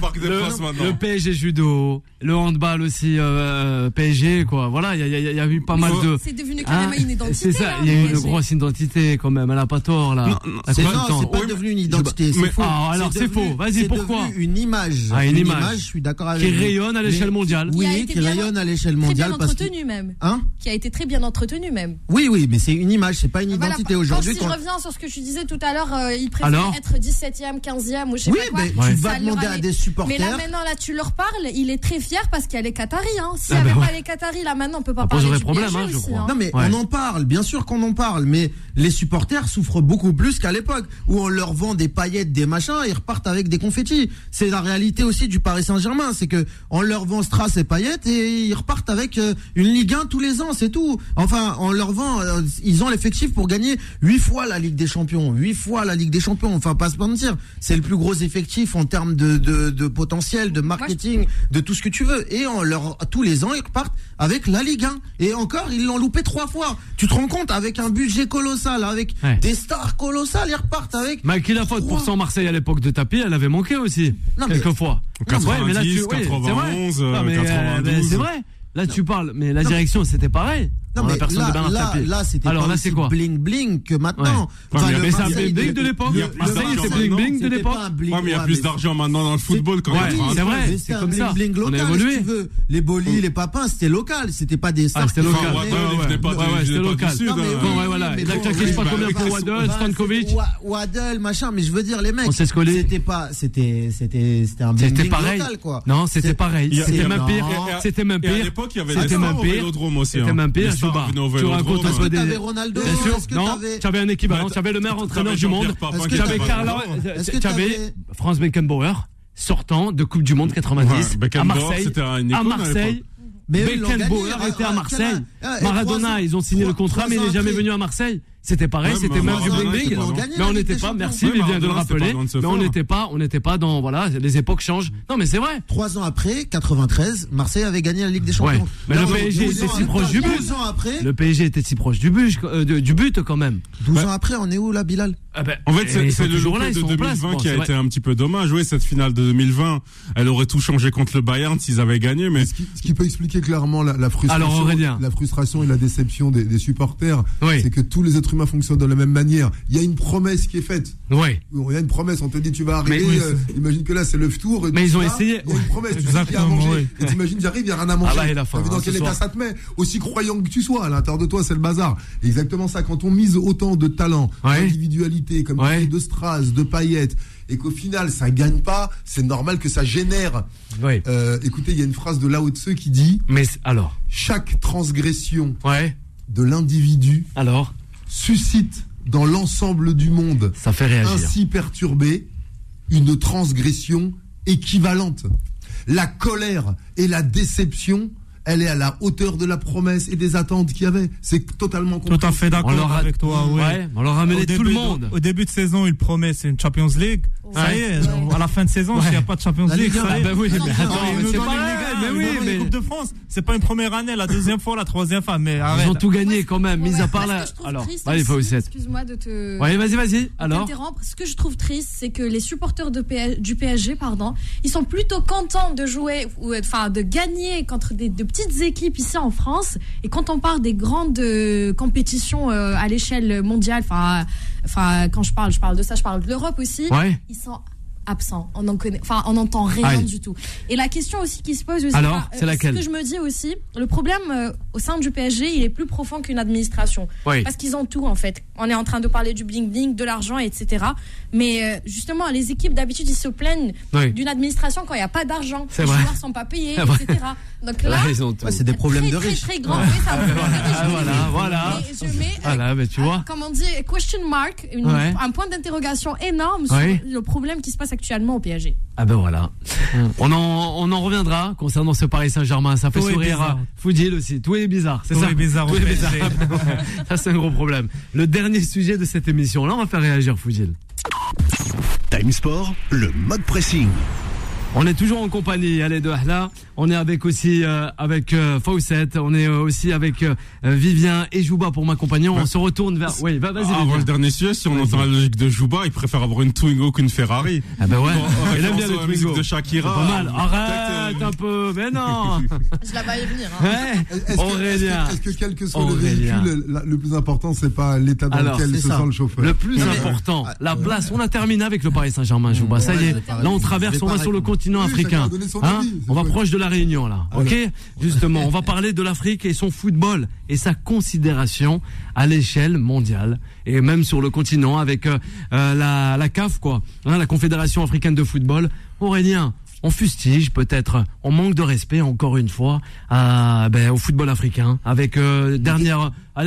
Le PSG judo. Le handball aussi, PSG, quoi. Voilà, il y a eu pas mal de. C'est devenu carrément une identité. C'est ça, il y a eu une grosse identité quand même. Elle a pas tort, là. C'est pas devenu une identité. C'est faux. Alors c'est faux. Vas-y, pourquoi? C'est devenu une image. Une image, je suis d'accord avec vous. Qui rayonne à l'échelle mondiale. Oui, qui rayonne à l'échelle mondiale. Très bien entretenu même. Qui a été très bien entretenu même. Oui, mais c'est une image, c'est pas une identité aujourd'hui. Si je reviens sur ce que je disais tout à l'heure, il préfère être 17e, 15e ou je sais pas quoi. Oui, mais tu vas demander à des supporters. Mais là maintenant, tu leur parles, il est très fier parce qu'il y a les Qataris. S'il n'y avait pas les Qataris, là maintenant, on peut pas parler du problème, PSG je aussi. crois. Non mais on en parle, bien sûr qu'on en parle, mais les supporters souffrent beaucoup plus qu'à l'époque où on leur vend des paillettes, des machins, et ils repartent avec des confettis. C'est la réalité aussi du Paris Saint-Germain, c'est que on leur vend strass et paillettes et ils repartent avec une Ligue 1 tous les ans, c'est tout. Enfin, on leur vend, ils ont l'effectif pour gagner 8 fois la Ligue des Champions, 8 fois la Ligue des Champions. Enfin, pas se mentir, c'est le plus gros effectif en termes de potentiel, de marketing, de tout ce que tu veux. Et tous les ans, ils repartent avec la Ligue 1. Et encore, ils l'ont loupé 3 fois. Tu te rends compte, avec un budget colossal, avec des stars colossales, ils repartent avec. Mais qui la faute pour son Marseille à l'époque de Tapi, elle avait manqué aussi. Quelquefois. 90, 91, 92. C'est vrai. Là, tu parles, mais la direction, c'était pareil. Non, mais là, c'était alors, pas aussi bling bling que maintenant. Mais c'est un bling bling de l'époque. Marseille, c'est bling bling de l'époque. Ouais, mais il y a plus d'argent maintenant dans le football quand même. C'est vrai, c'est comme ça. On a évolué. Si tu veux. Les Bolis, les Papins, c'était local. C'était pas des stars. C'était local. Ouais, c'était local. Ouais, voilà. Il a claqué, je sais pas combien pour Waddle, Stankovic. Waddle, machin, mais je veux dire, les mecs. C'était pas, c'était un bling bling local, quoi. Non, c'était pareil. C'était même pire. C'était même pire. Et à l'époque, il y avait des stars au Vélodrome aussi. C'était même pire. Tu racontes un peu des. T'avais Ronaldo. Bien sûr. Non, tu avais un équivalent. Tu avais le meilleur entraîneur du monde. Tu avais Carlo. Tu avais Franz Beckenbauer sortant de Coupe du Monde 90 à Marseille. À Marseille. Beckenbauer était à Marseille. Maradona, ils ont signé le contrat, mais il n'est jamais venu à Marseille. C'était pareil, c'était même du bling bling. Mais on n'était pas, merci, il vient de le rappeler. Mais on n'était pas dans, voilà, les époques changent. Non, mais c'est vrai. 3 ans après, 93, Marseille avait gagné la Ligue des Champions. Mais le PSG était si proche du but. Le PSG était si proche du but quand même. 12 ans après, on est où là, Bilal? En fait, c'est le jour de 2020 qui a été un petit peu dommage. Oui, cette finale de 2020, elle aurait tout changé contre le Bayern s'ils avaient gagné, mais. Ce qui peut expliquer clairement la frustration et la déception des supporters, c'est que tous les êtres humain fonctionne de la même manière. Il y a une promesse qui est faite. Oui. Il y a une promesse. On te dit tu vas arriver. Imagine que là c'est le tour. Mais ils ont essayé. Il y a une promesse. Tu sais qu'il y a à manger. Et t'imagines j'arrive, il y a rien à manger. Ah là, la fin, dans quel état ça te met? Aussi croyant que tu sois, à l'intérieur de toi c'est le bazar. Exactement ça. Quand on mise autant de talent, d'individualité, comme de strass, de paillettes, et qu'au final ça gagne pas, c'est normal que ça génère. Écoutez, il y a une phrase de Lao Tse qui dit. Mais alors. Chaque transgression. De l'individu suscite dans l'ensemble du monde, ça fait réagir, ainsi perturbé, une transgression équivalente. La colère et la déception, elle est à la hauteur de la promesse et des attentes qu'il y avait. C'est totalement compris. Tout à fait d'accord avec toi. On leur a mené tout le monde. Au début de saison, ils promettent c'est une Champions League. Ça y est, à la fin de saison, s'il n'y a pas de Champions League, ça y est. C'est pareil. Mais Coupe de France, c'est pas une première année, la deuxième fois, la troisième fois. Mais ils ont tout gagné quand même, mis à part là. Alors, excuse-moi de te. Oui, vas-y. Alors. Ce que je trouve triste, c'est que les supporters du PSG, ils sont plutôt contents de jouer, enfin de gagner contre de petites équipes ici en France. Et quand on parle des grandes compétitions à l'échelle mondiale, enfin quand je parle de ça, je parle de l'Europe aussi. Ils sont absents. On n'entend rien du tout. Et la question aussi qui se pose aussi, c'est laquelle? Ce que je me dis aussi, le problème au sein du PSG, il est plus profond qu'une administration. Parce qu'ils ont tout en fait. On est en train de parler du bling bling, de l'argent, etc. Mais justement, les équipes d'habitude ils se plaignent d'une administration quand il n'y a pas d'argent. Les joueurs sont pas payés, etc. Donc là, c'est des problèmes de riches. Très grand. Voilà, mais tu vois. Comme on dit, question mark, un point d'interrogation énorme sur le problème qui se passe actuellement au PSG. Ah ben voilà. On en reviendra concernant ce Paris Saint-Germain. Ça fait sourire à Foudil aussi. Tout est bizarre, c'est ça? Tout est bizarre. Ça c'est un gros problème. Le dernier sujet de cette émission. Là, on va faire réagir Foudil. Time Sport, le mode pressing. On est toujours en compagnie, allez, de Ahla. On est avec aussi avec Fawcett, on est aussi avec Vivien et Jouba pour m'accompagner. On se retourne vers. Oui, vas-y. Avant le dernier sujet, si on entend la logique de Jouba, il préfère avoir une Twingo qu'une Ferrari. Ah ben ouais. Il aime bien la musique de Shakira. Pas mal. Arrête un peu, mais non. Je la vais y venir. Ouais. Aurélien. Est-ce que quel que soit le véhicule, le plus important, c'est pas l'état dans lequel se sent le chauffeur. Le plus important, la place. On a terminé avec le Paris Saint-Germain, Jouba. Ça y est. Là, on traverse, on va sur le continent africain. On va proche de la Réunion là, ok. Justement, on va parler de l'Afrique et son football et sa considération à l'échelle mondiale et même sur le continent avec la CAF quoi, la Confédération africaine de football. Aurélien, on fustige peut-être, on manque de respect encore une fois au football africain avec dernière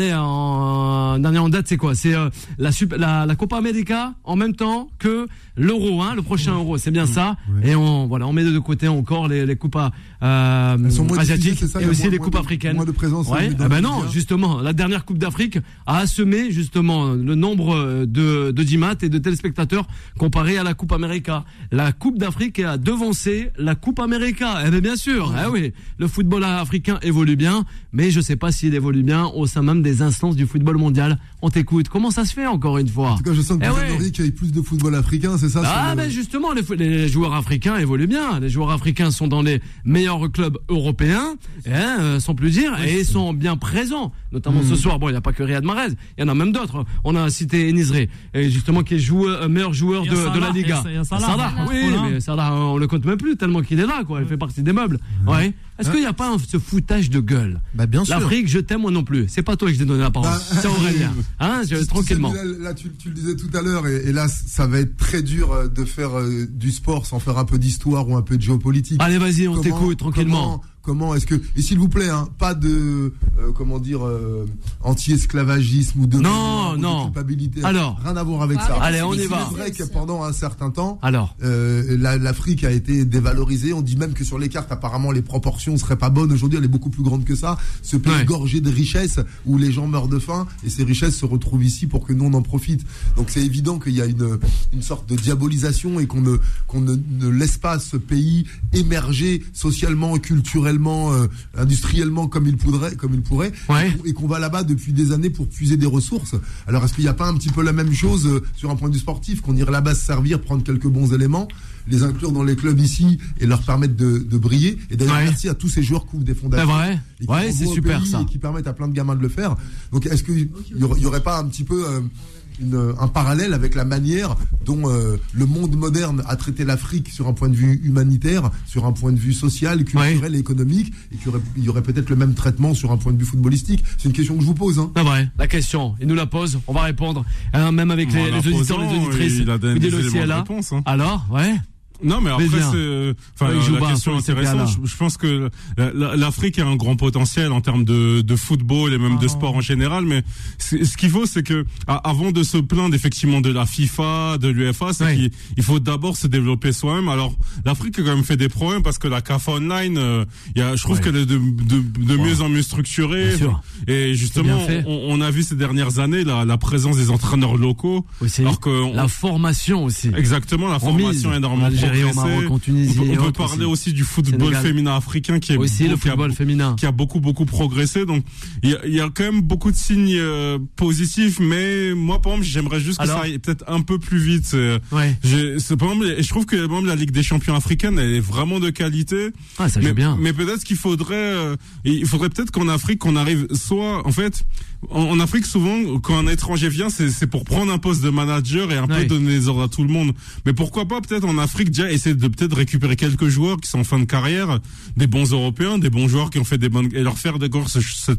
en date, c'est quoi? C'est la Copa América en même temps que l'Euro, le prochain Euro, c'est bien ça. Ouais. Et on met de côté encore les coupes asiatiques et aussi les coupes africaines. Moins de présence. Ouais. Non, justement, la dernière Coupe d'Afrique a assommé justement le nombre d'audimat et de téléspectateurs comparé à la Coupe América. La Coupe d'Afrique a devancé la Coupe América. Eh bien sûr, oui, le football africain évolue bien, mais je sais pas s'il évolue bien au sein même des instances du football mondial. On t'écoute. Comment ça se fait encore une fois? En tout cas, je sens que vous aimeriez qu'il y ait plus de football africain, c'est ça? Justement, les joueurs africains évoluent bien. Les joueurs africains sont dans les meilleurs clubs européens, sans plus dire, et sont bien présents. Notamment ce soir. Bon, il n'y a pas que Riyad Mahrez, il y en a même d'autres. On a cité Enisré, justement, qui est meilleur joueur de la Liga. Salah. Oui, mais Salah, on le compte même plus tellement qu'il est là, quoi. Il fait partie des meubles. Ouais. Est-ce qu'il n'y a pas ce foutage de gueule? Bien sûr. L'Afrique, je t'aime, moi non plus. C'est pas toi que je t'ai donné la parole. C'est Aurélien. Tranquillement. Là, tu le disais tout à l'heure, et là, ça va être très dur de faire du sport sans faire un peu d'histoire ou un peu de géopolitique. Allez, vas-y, on t'écoute tranquillement. Comment est-ce que, et s'il vous plaît, pas de anti-esclavagisme ou de culpabilité. Alors, rien à voir avec ça. Allez, on y va. C'est vrai que pendant un certain temps, alors, l'Afrique a été dévalorisée. On dit même que sur les cartes, apparemment, les proportions seraient pas bonnes. Aujourd'hui, elle est beaucoup plus grande que ça. Ce pays gorgé de richesses où les gens meurent de faim et ces richesses se retrouvent ici pour que nous on en profite. Donc c'est évident qu'il y a une sorte de diabolisation et qu'on ne laisse pas ce pays émerger socialement, culturellement, industriellement comme il pourrait, et qu'on va là-bas depuis des années pour puiser des ressources. Alors est-ce qu'il n'y a pas un petit peu la même chose sur un point de vue sportif, qu'on irait là-bas se servir, prendre quelques bons éléments, les inclure dans les clubs ici et leur permettre de briller? Et d'ailleurs merci à tous ces joueurs qui ouvrent des fondations, c'est super ça, et qui permettent à plein de gamins de le faire. Donc est-ce qu'il y aurait pas un petit peu un parallèle avec la manière dont le monde moderne a traité l'Afrique sur un point de vue humanitaire, sur un point de vue social, culturel et économique, et qu'il y aurait peut-être le même traitement sur un point de vue footballistique? C'est une question que je vous pose. C'est vrai, la question, il nous la pose, on va répondre, même avec les auditeurs, les auditrices. Il a donné des éléments de réponse. Alors, Non, mais après, la question intéressante. Je pense que l'Afrique a un grand potentiel en termes de football et même de sport en général. Mais ce qu'il faut, c'est que avant de se plaindre effectivement de la FIFA, de l'UEFA, c'est qu'il faut d'abord se développer soi-même. Alors, l'Afrique a quand même fait des problèmes parce que la CAF Online, je trouve qu'elle est de mieux en mieux structurée. Et justement, on a vu ces dernières années la présence des entraîneurs locaux. Aussi. Alors que la formation aussi. Exactement, la formation énormément. Au Maroc, en Tunisie. On peut parler aussi du football féminin africain qui a beaucoup progressé. Donc il y a quand même beaucoup de signes positifs, mais moi par exemple j'aimerais juste que ça aille peut-être un peu plus vite. Par exemple, je trouve que même la Ligue des Champions africaine elle est vraiment de qualité. Ça joue bien. Mais peut-être qu'il faudrait peut-être qu'en Afrique qu'on arrive soit en fait. En Afrique, souvent, quand un étranger vient, c'est pour prendre un poste de manager et un peu donner des ordres à tout le monde. Mais pourquoi pas, peut-être en Afrique, déjà essayer de peut-être récupérer quelques joueurs qui sont en fin de carrière, des bons Européens, des bons joueurs qui ont fait des bonnes, et leur faire d'accord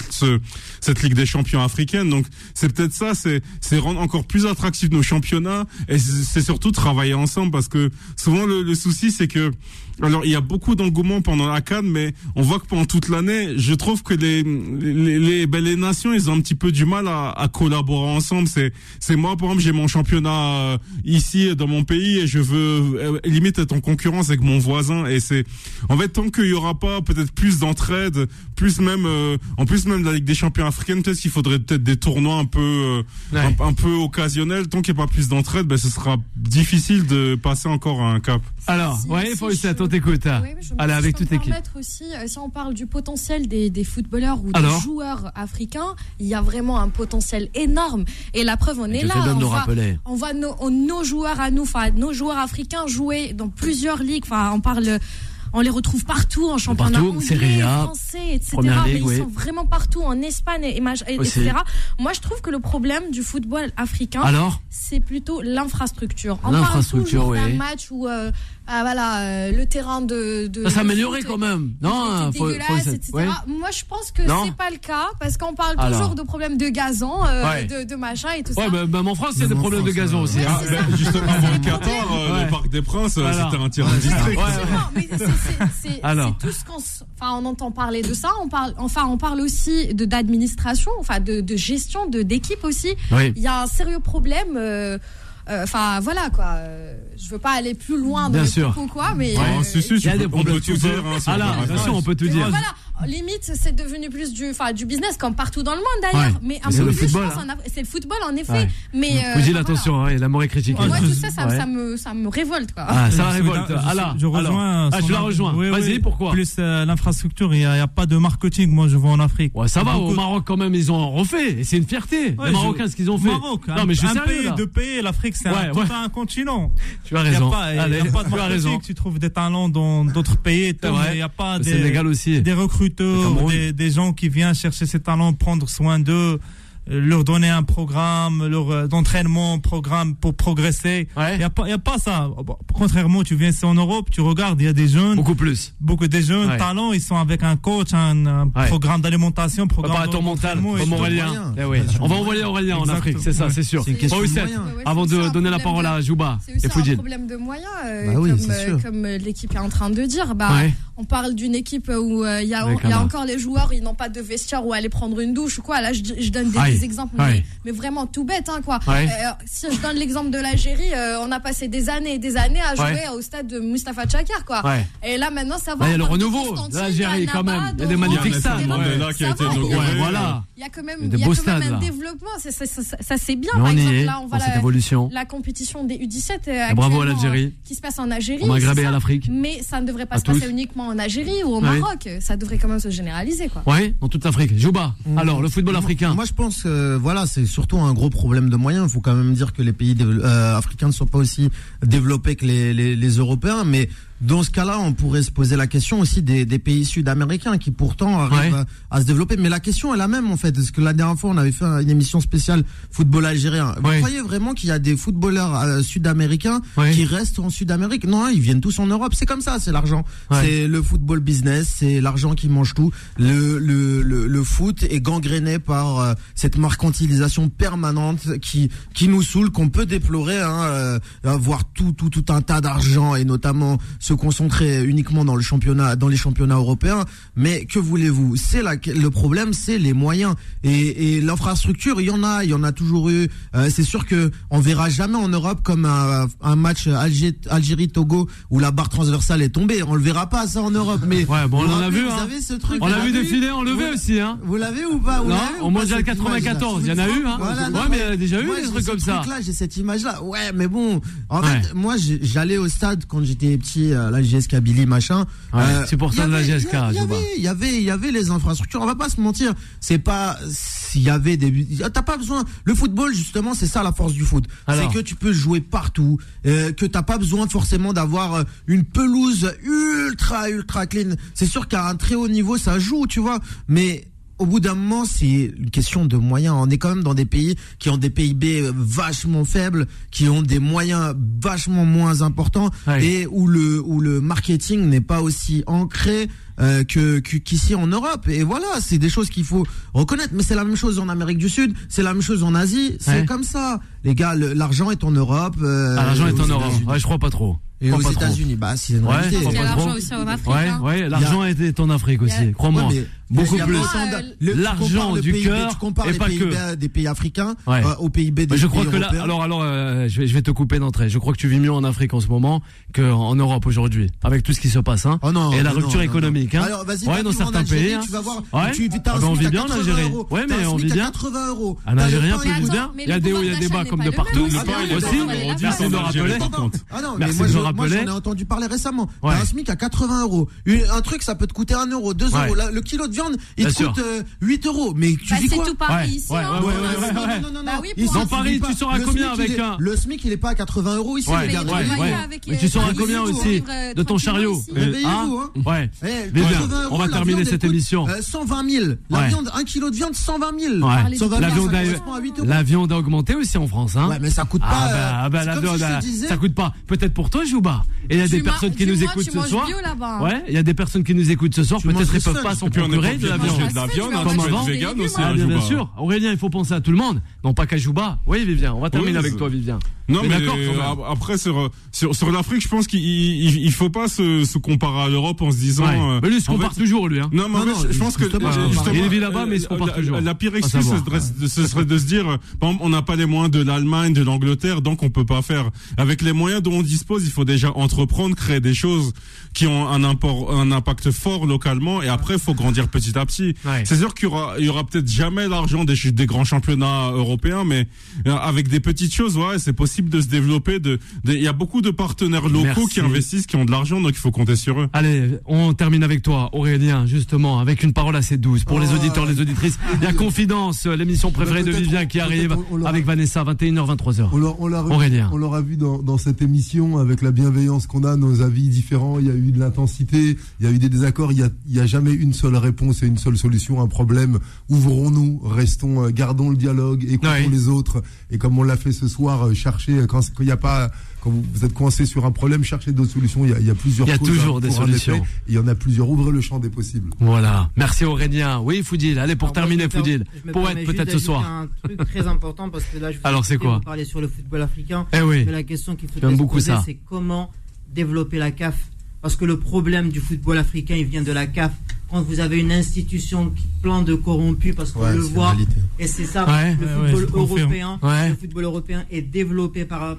cette Ligue des Champions africaine. Donc, c'est peut-être ça, c'est rendre encore plus attractif nos championnats, et c'est surtout travailler ensemble, parce que souvent le souci, c'est que alors il y a beaucoup d'engouement pendant la CAN, mais on voit que pendant toute l'année, je trouve que les nations, ils ont un petit peu du mal à collaborer ensemble. C'est moi, par exemple, j'ai mon championnat ici dans mon pays et je veux limite être en concurrence avec mon voisin. Et c'est, en fait, tant qu'il y aura pas peut-être plus d'entraide, plus même, en plus même de la Ligue des Champions africaine, peut-être qu'il faudrait peut-être des tournois un peu occasionnels. Tant qu'il n'y a pas plus d'entraide, ce sera difficile de passer encore à un cap. Alors, Fawcett, on t'écoute. Allez, avec toute l'équipe. Aussi, si on parle du potentiel des footballeurs ou des joueurs africains, il y a vraiment un potentiel énorme. Et la preuve, on est là. On voit nos joueurs à nous, nos joueurs africains jouer dans plusieurs ligues. On les retrouve partout en championnat anglais, français, etc. Ligue, mais ils sont vraiment partout en Espagne, etc. Moi, je trouve que le problème du football africain, c'est plutôt l'infrastructure. On parle toujours d'un match où le terrain de ça s'améliorer quand même. Non, dégueulasse, etc. Moi, je pense que c'est pas le cas parce qu'on parle toujours de problèmes de gazon, de machin et tout ça. En France, il y a des problèmes de gazon aussi. Justement, avant le Qatar, le Parc des Princes, c'était un terrain district. C'est tout ce on entend parler de ça. On parle aussi d'administration, de gestion, d'équipe aussi. Il y a un sérieux problème. Voilà quoi. Je veux pas aller plus loin dans le propos quoi, mais il y a des problèmes. Bien sûr, on peut tout dire. Voilà, limite c'est devenu plus du business comme partout dans le monde d'ailleurs. Mais un peu plus, je pense, c'est le football en effet. Mais vous dites attention, la mort est critique. Moi tout ça, ça me révolte quoi. Ça révolte. Je rejoins. Je la rejoins. Vas-y, pourquoi? Plus l'infrastructure, il y a pas de marketing. Moi, je vois en Afrique. Ouais, ça va. Au Maroc quand même, ils ont refait. Et c'est une fierté. Les Marocains, ce qu'ils ont fait. Non, mais je suis sérieux. Deux pays, l'Afrique, c'est un continent. Tu as raison. Il n'y a pas de marketing. Tu trouves des talents dans d'autres pays. Il n'y a pas des recruteurs, des gens qui viennent chercher ces talents, prendre soin d'eux, leur donner un programme d'entraînement, programme pour progresser. Il y a pas ça. Contrairement, tu viens ici en Europe, tu regardes, il y a des jeunes, beaucoup des jeunes talents, ils sont avec un coach, un programme d'alimentation, programme d'entraînement, comme Aurélien. On va envoyer Aurélien en Afrique, c'est ça, c'est sûr. Avant de donner la parole à Jouba et C'est Foudjine. un problème de moyens, comme l'équipe est en train de dire. On parle d'une équipe où il y a encore les joueurs, ils n'ont pas de vestiaire où aller prendre une douche ou quoi. Là, je donne des exemples, mais vraiment tout bête, quoi. Si je donne l'exemple de l'Algérie, on a passé des années et des années à jouer au stade de Mustapha Tchakar, quoi. Et là, maintenant, ça va. Il y a le renouveau de l'Algérie, quand même. Il y a des magnifiques stades. Il y a quand même un développement. Ça, c'est bien. Par exemple, là, on voit la compétition des U17 bravo à l'Algérie qui se passe en Algérie. Au Maghreb et à l'Afrique. Mais ça ne devrait pas se passer uniquement en Algérie ou au Maroc. Ça devrait quand même se généraliser, quoi. Dans toute l'Afrique. Jouba, alors, le football africain. Moi, je pense c'est surtout un gros problème de moyens. Il faut quand même dire que les pays africains ne sont pas aussi développés que les Européens, mais dans ce cas-là, on pourrait se poser la question aussi des pays sud-américains qui pourtant arrivent à se développer. Mais la question est la même en fait, parce que la dernière fois on avait fait une émission spéciale football algérien. Vous croyez vraiment qu'il y a des footballeurs sud-américains qui restent en Sud-Amérique? Non, ils viennent tous en Europe. C'est comme ça, c'est l'argent. C'est le football business, c'est l'argent qui mange tout. Le foot est gangréné par cette mercantilisation permanente qui nous saoule, qu'on peut déplorer, voir tout un tas d'argent et notamment se concentrer uniquement dans les championnats européens. Mais que voulez-vous? Le problème, c'est les moyens et l'infrastructure. Il y en a toujours eu. C'est sûr que on verra jamais en Europe comme un match Algérie-Togo où la barre transversale est tombée. On le verra pas ça en Europe. Mais on en a vu. Vous avez ce truc. On l'a vu défiler enlevé aussi. Vous l'avez ou pas? Non, au mondial 94, il y en a eu. Mais il y a déjà eu des trucs comme ça. Là, j'ai cette image-là. Ouais, mais bon. En fait, moi, j'allais au stade quand j'étais petit. La GSK Billy machin. C'est pour ça de la GSK. Il y avait les infrastructures. On va pas se mentir. C'est pas s'il y avait t'as pas besoin. Le football justement, c'est ça la force du foot. C'est que tu peux jouer partout. Que t'as pas besoin forcément d'avoir une pelouse ultra clean. C'est sûr qu'à un très haut niveau ça joue, tu vois. Mais au bout d'un moment, c'est une question de moyens. On est quand même dans des pays qui ont des PIB vachement faibles, qui ont des moyens vachement moins importants et où le marketing n'est pas aussi ancré qu'ici en Europe. Et voilà, c'est des choses qu'il faut reconnaître. Mais c'est la même chose en Amérique du Sud, c'est la même chose en Asie. C'est comme ça. Les gars, l'argent est en Europe. L'argent est en Europe. Je crois pas trop. Et aux États-Unis, c'est une réalité. Il y a l'argent aussi en Afrique. L'argent est en Afrique aussi, crois-moi. beaucoup plus. L'argent du cœur et pas que des pays africains au PIB des pays je crois que là, alors, je vais te couper d'entrée. Je crois que tu vis mieux en Afrique en ce moment qu'en Europe aujourd'hui, avec tout ce qui se passe, hein. Oh non, et la rupture économique, hein. Alors, vas-y, dans certains pays, tu vas voir. On vit bien en Algérie. Ouais, mais on vit bien. 80 €. En Algérie, on vit bien. Il y a des hauts, il y a des bas comme de partout. Aussi. Merci de me rappeler. Ah non, mais moi j'en ai entendu parler récemment. T'as un SMIC à 80 €. Un truc, ça peut te coûter 1 €, 2 €. Le kilo de viande, il te coûte 8 €. Mais tu dis quoi? C'est tout pareil ici. Non. Dans Paris, tu sors à combien avec un? Le SMIC, il est pas à 80 € ici. Mais tu sors à combien aussi de ton chariot? Ouais. On va terminer cette émission. 120 000. La viande, 1 kilo de viande, 120 000. La viande a augmenté aussi en France, hein. Ouais, mais ça coûte pas. La viande, ça coûte pas. Peut-être pour toi, Jouba. Et il y a des personnes qui nous écoutent ce soir. Ouais, il y a des personnes qui nous écoutent ce soir. Peut-être ils peuvent pas s'en procurer de la viande. Comme avant. Bien sûr. Aurélien, il faut penser à tout le monde. Non, pas qu'à Jouba. Oui, Vivien. On va terminer avec toi, Vivien. Non, mais après, sur l'Afrique, je pense qu'il faut pas se comparer à l'Europe en se disant. Mais lui, il se compare toujours, lui, hein. Non, mais je pense que il vit là-bas, mais il se compare toujours. La pire excuse, ce serait de se dire, par exemple, on n'a pas les moyens de l'Allemagne, de l'Angleterre, donc on peut pas faire. Avec les moyens dont on dispose, il faut déjà entreprendre, créer des choses qui ont un impact fort localement, et après, il faut grandir petit à petit. C'est sûr qu'il y aura peut-être jamais l'argent des grands championnats européens, mais avec des petites choses, c'est possible de se développer. Il y a beaucoup de partenaires locaux qui investissent, qui ont de l'argent, donc il faut compter sur eux. Allez, on termine avec toi, Aurélien, justement, avec une parole assez douce pour les auditeurs, les auditrices. Il y a Confidence, l'émission préférée de Vivien qui arrive avec Vanessa, 21h, 23h. Aurélien. On l'aura vu dans cette émission, avec la bienveillance qu'on a, nos avis différents, il y a eu de l'intensité, il y a eu des désaccords, il y a jamais une seule réponse et une seule solution à un problème. Ouvrons-nous, restons, gardons le dialogue, écoutons les autres, et comme on l'a fait ce soir, chercher, quand il n'y a pas, quand vous êtes coincé sur un problème, cherchez d'autres solutions. Il y a plusieurs. Il y a toujours des solutions. Il y en a plusieurs. Ouvrez le champ des possibles. Voilà. Merci Aurélien. Oui, Foudil. Allez, pour terminer, Foudil. Pour être peut-être ce soir. Un truc très important parce que là, je vous parler sur le football africain. Oui. Mais la question qu'il faut se poser, c'est comment développer la CAF. Parce que le problème du football africain, il vient de la CAF. Quand vous avez une institution qui plein de corrompus, parce qu'on le voit, et c'est ça, le football européen est développé par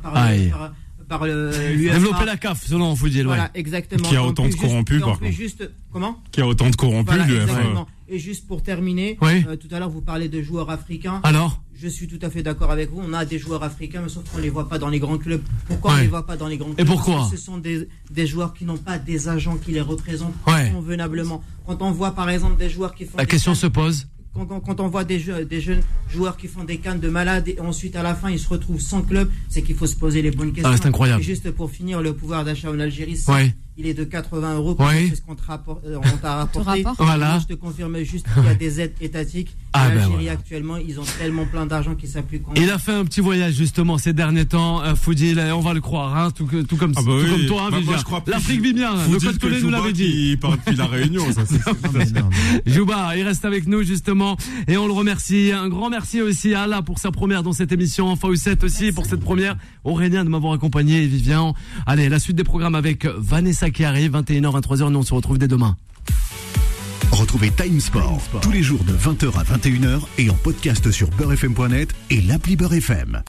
l'UEFA. Développer la CAF, selon Foudil. Voilà, exactement. Qui a autant de corrompus, par contre. Qui a autant de corrompus, l'UEFA. Et juste pour terminer, tout à l'heure vous parlez de joueurs africains. Alors, je suis tout à fait d'accord avec vous. On a des joueurs africains, mais sauf qu'on les voit pas dans les grands clubs. Pourquoi on les voit pas dans les grands clubs? Et pourquoi? Parce que ce sont des joueurs qui n'ont pas des agents qui les représentent convenablement. Quand on voit par exemple des joueurs qui font... La question se pose. Quand on voit des jeunes joueurs qui font des cannes de malades et ensuite à la fin ils se retrouvent sans club, c'est qu'il faut se poser les bonnes questions. C'est incroyable. Et juste pour finir, le pouvoir d'achat en Algérie, il est de 80 € c'est ce qu'on t'a rapporté. Voilà. Je te confirme juste qu'il y a des aides étatiques. L'Algérie actuellement, ils ont tellement plein d'argent qu'ils savent plus quand. Il a fait un petit voyage justement ces derniers temps, Foudil, on va le croire, hein, tout comme toi, hein, l'Afrique vit bien. Le code Pelé nous l'avait dit. Il part depuis la Réunion, ça c'est. Jouba, il reste avec nous justement et on le remercie. Un grand merci aussi à Allah pour sa première dans cette émission, Fawcett aussi pour cette première. Aurélien de m'avoir accompagné et Vivien. Allez, la suite des programmes avec Vanessa qui arrive, 21h, 23h. Nous on se retrouve dès demain. Retrouvez Time Sport tous les jours de 20h à 21h et en podcast sur beurrefm.net et l'appli Beurre FM.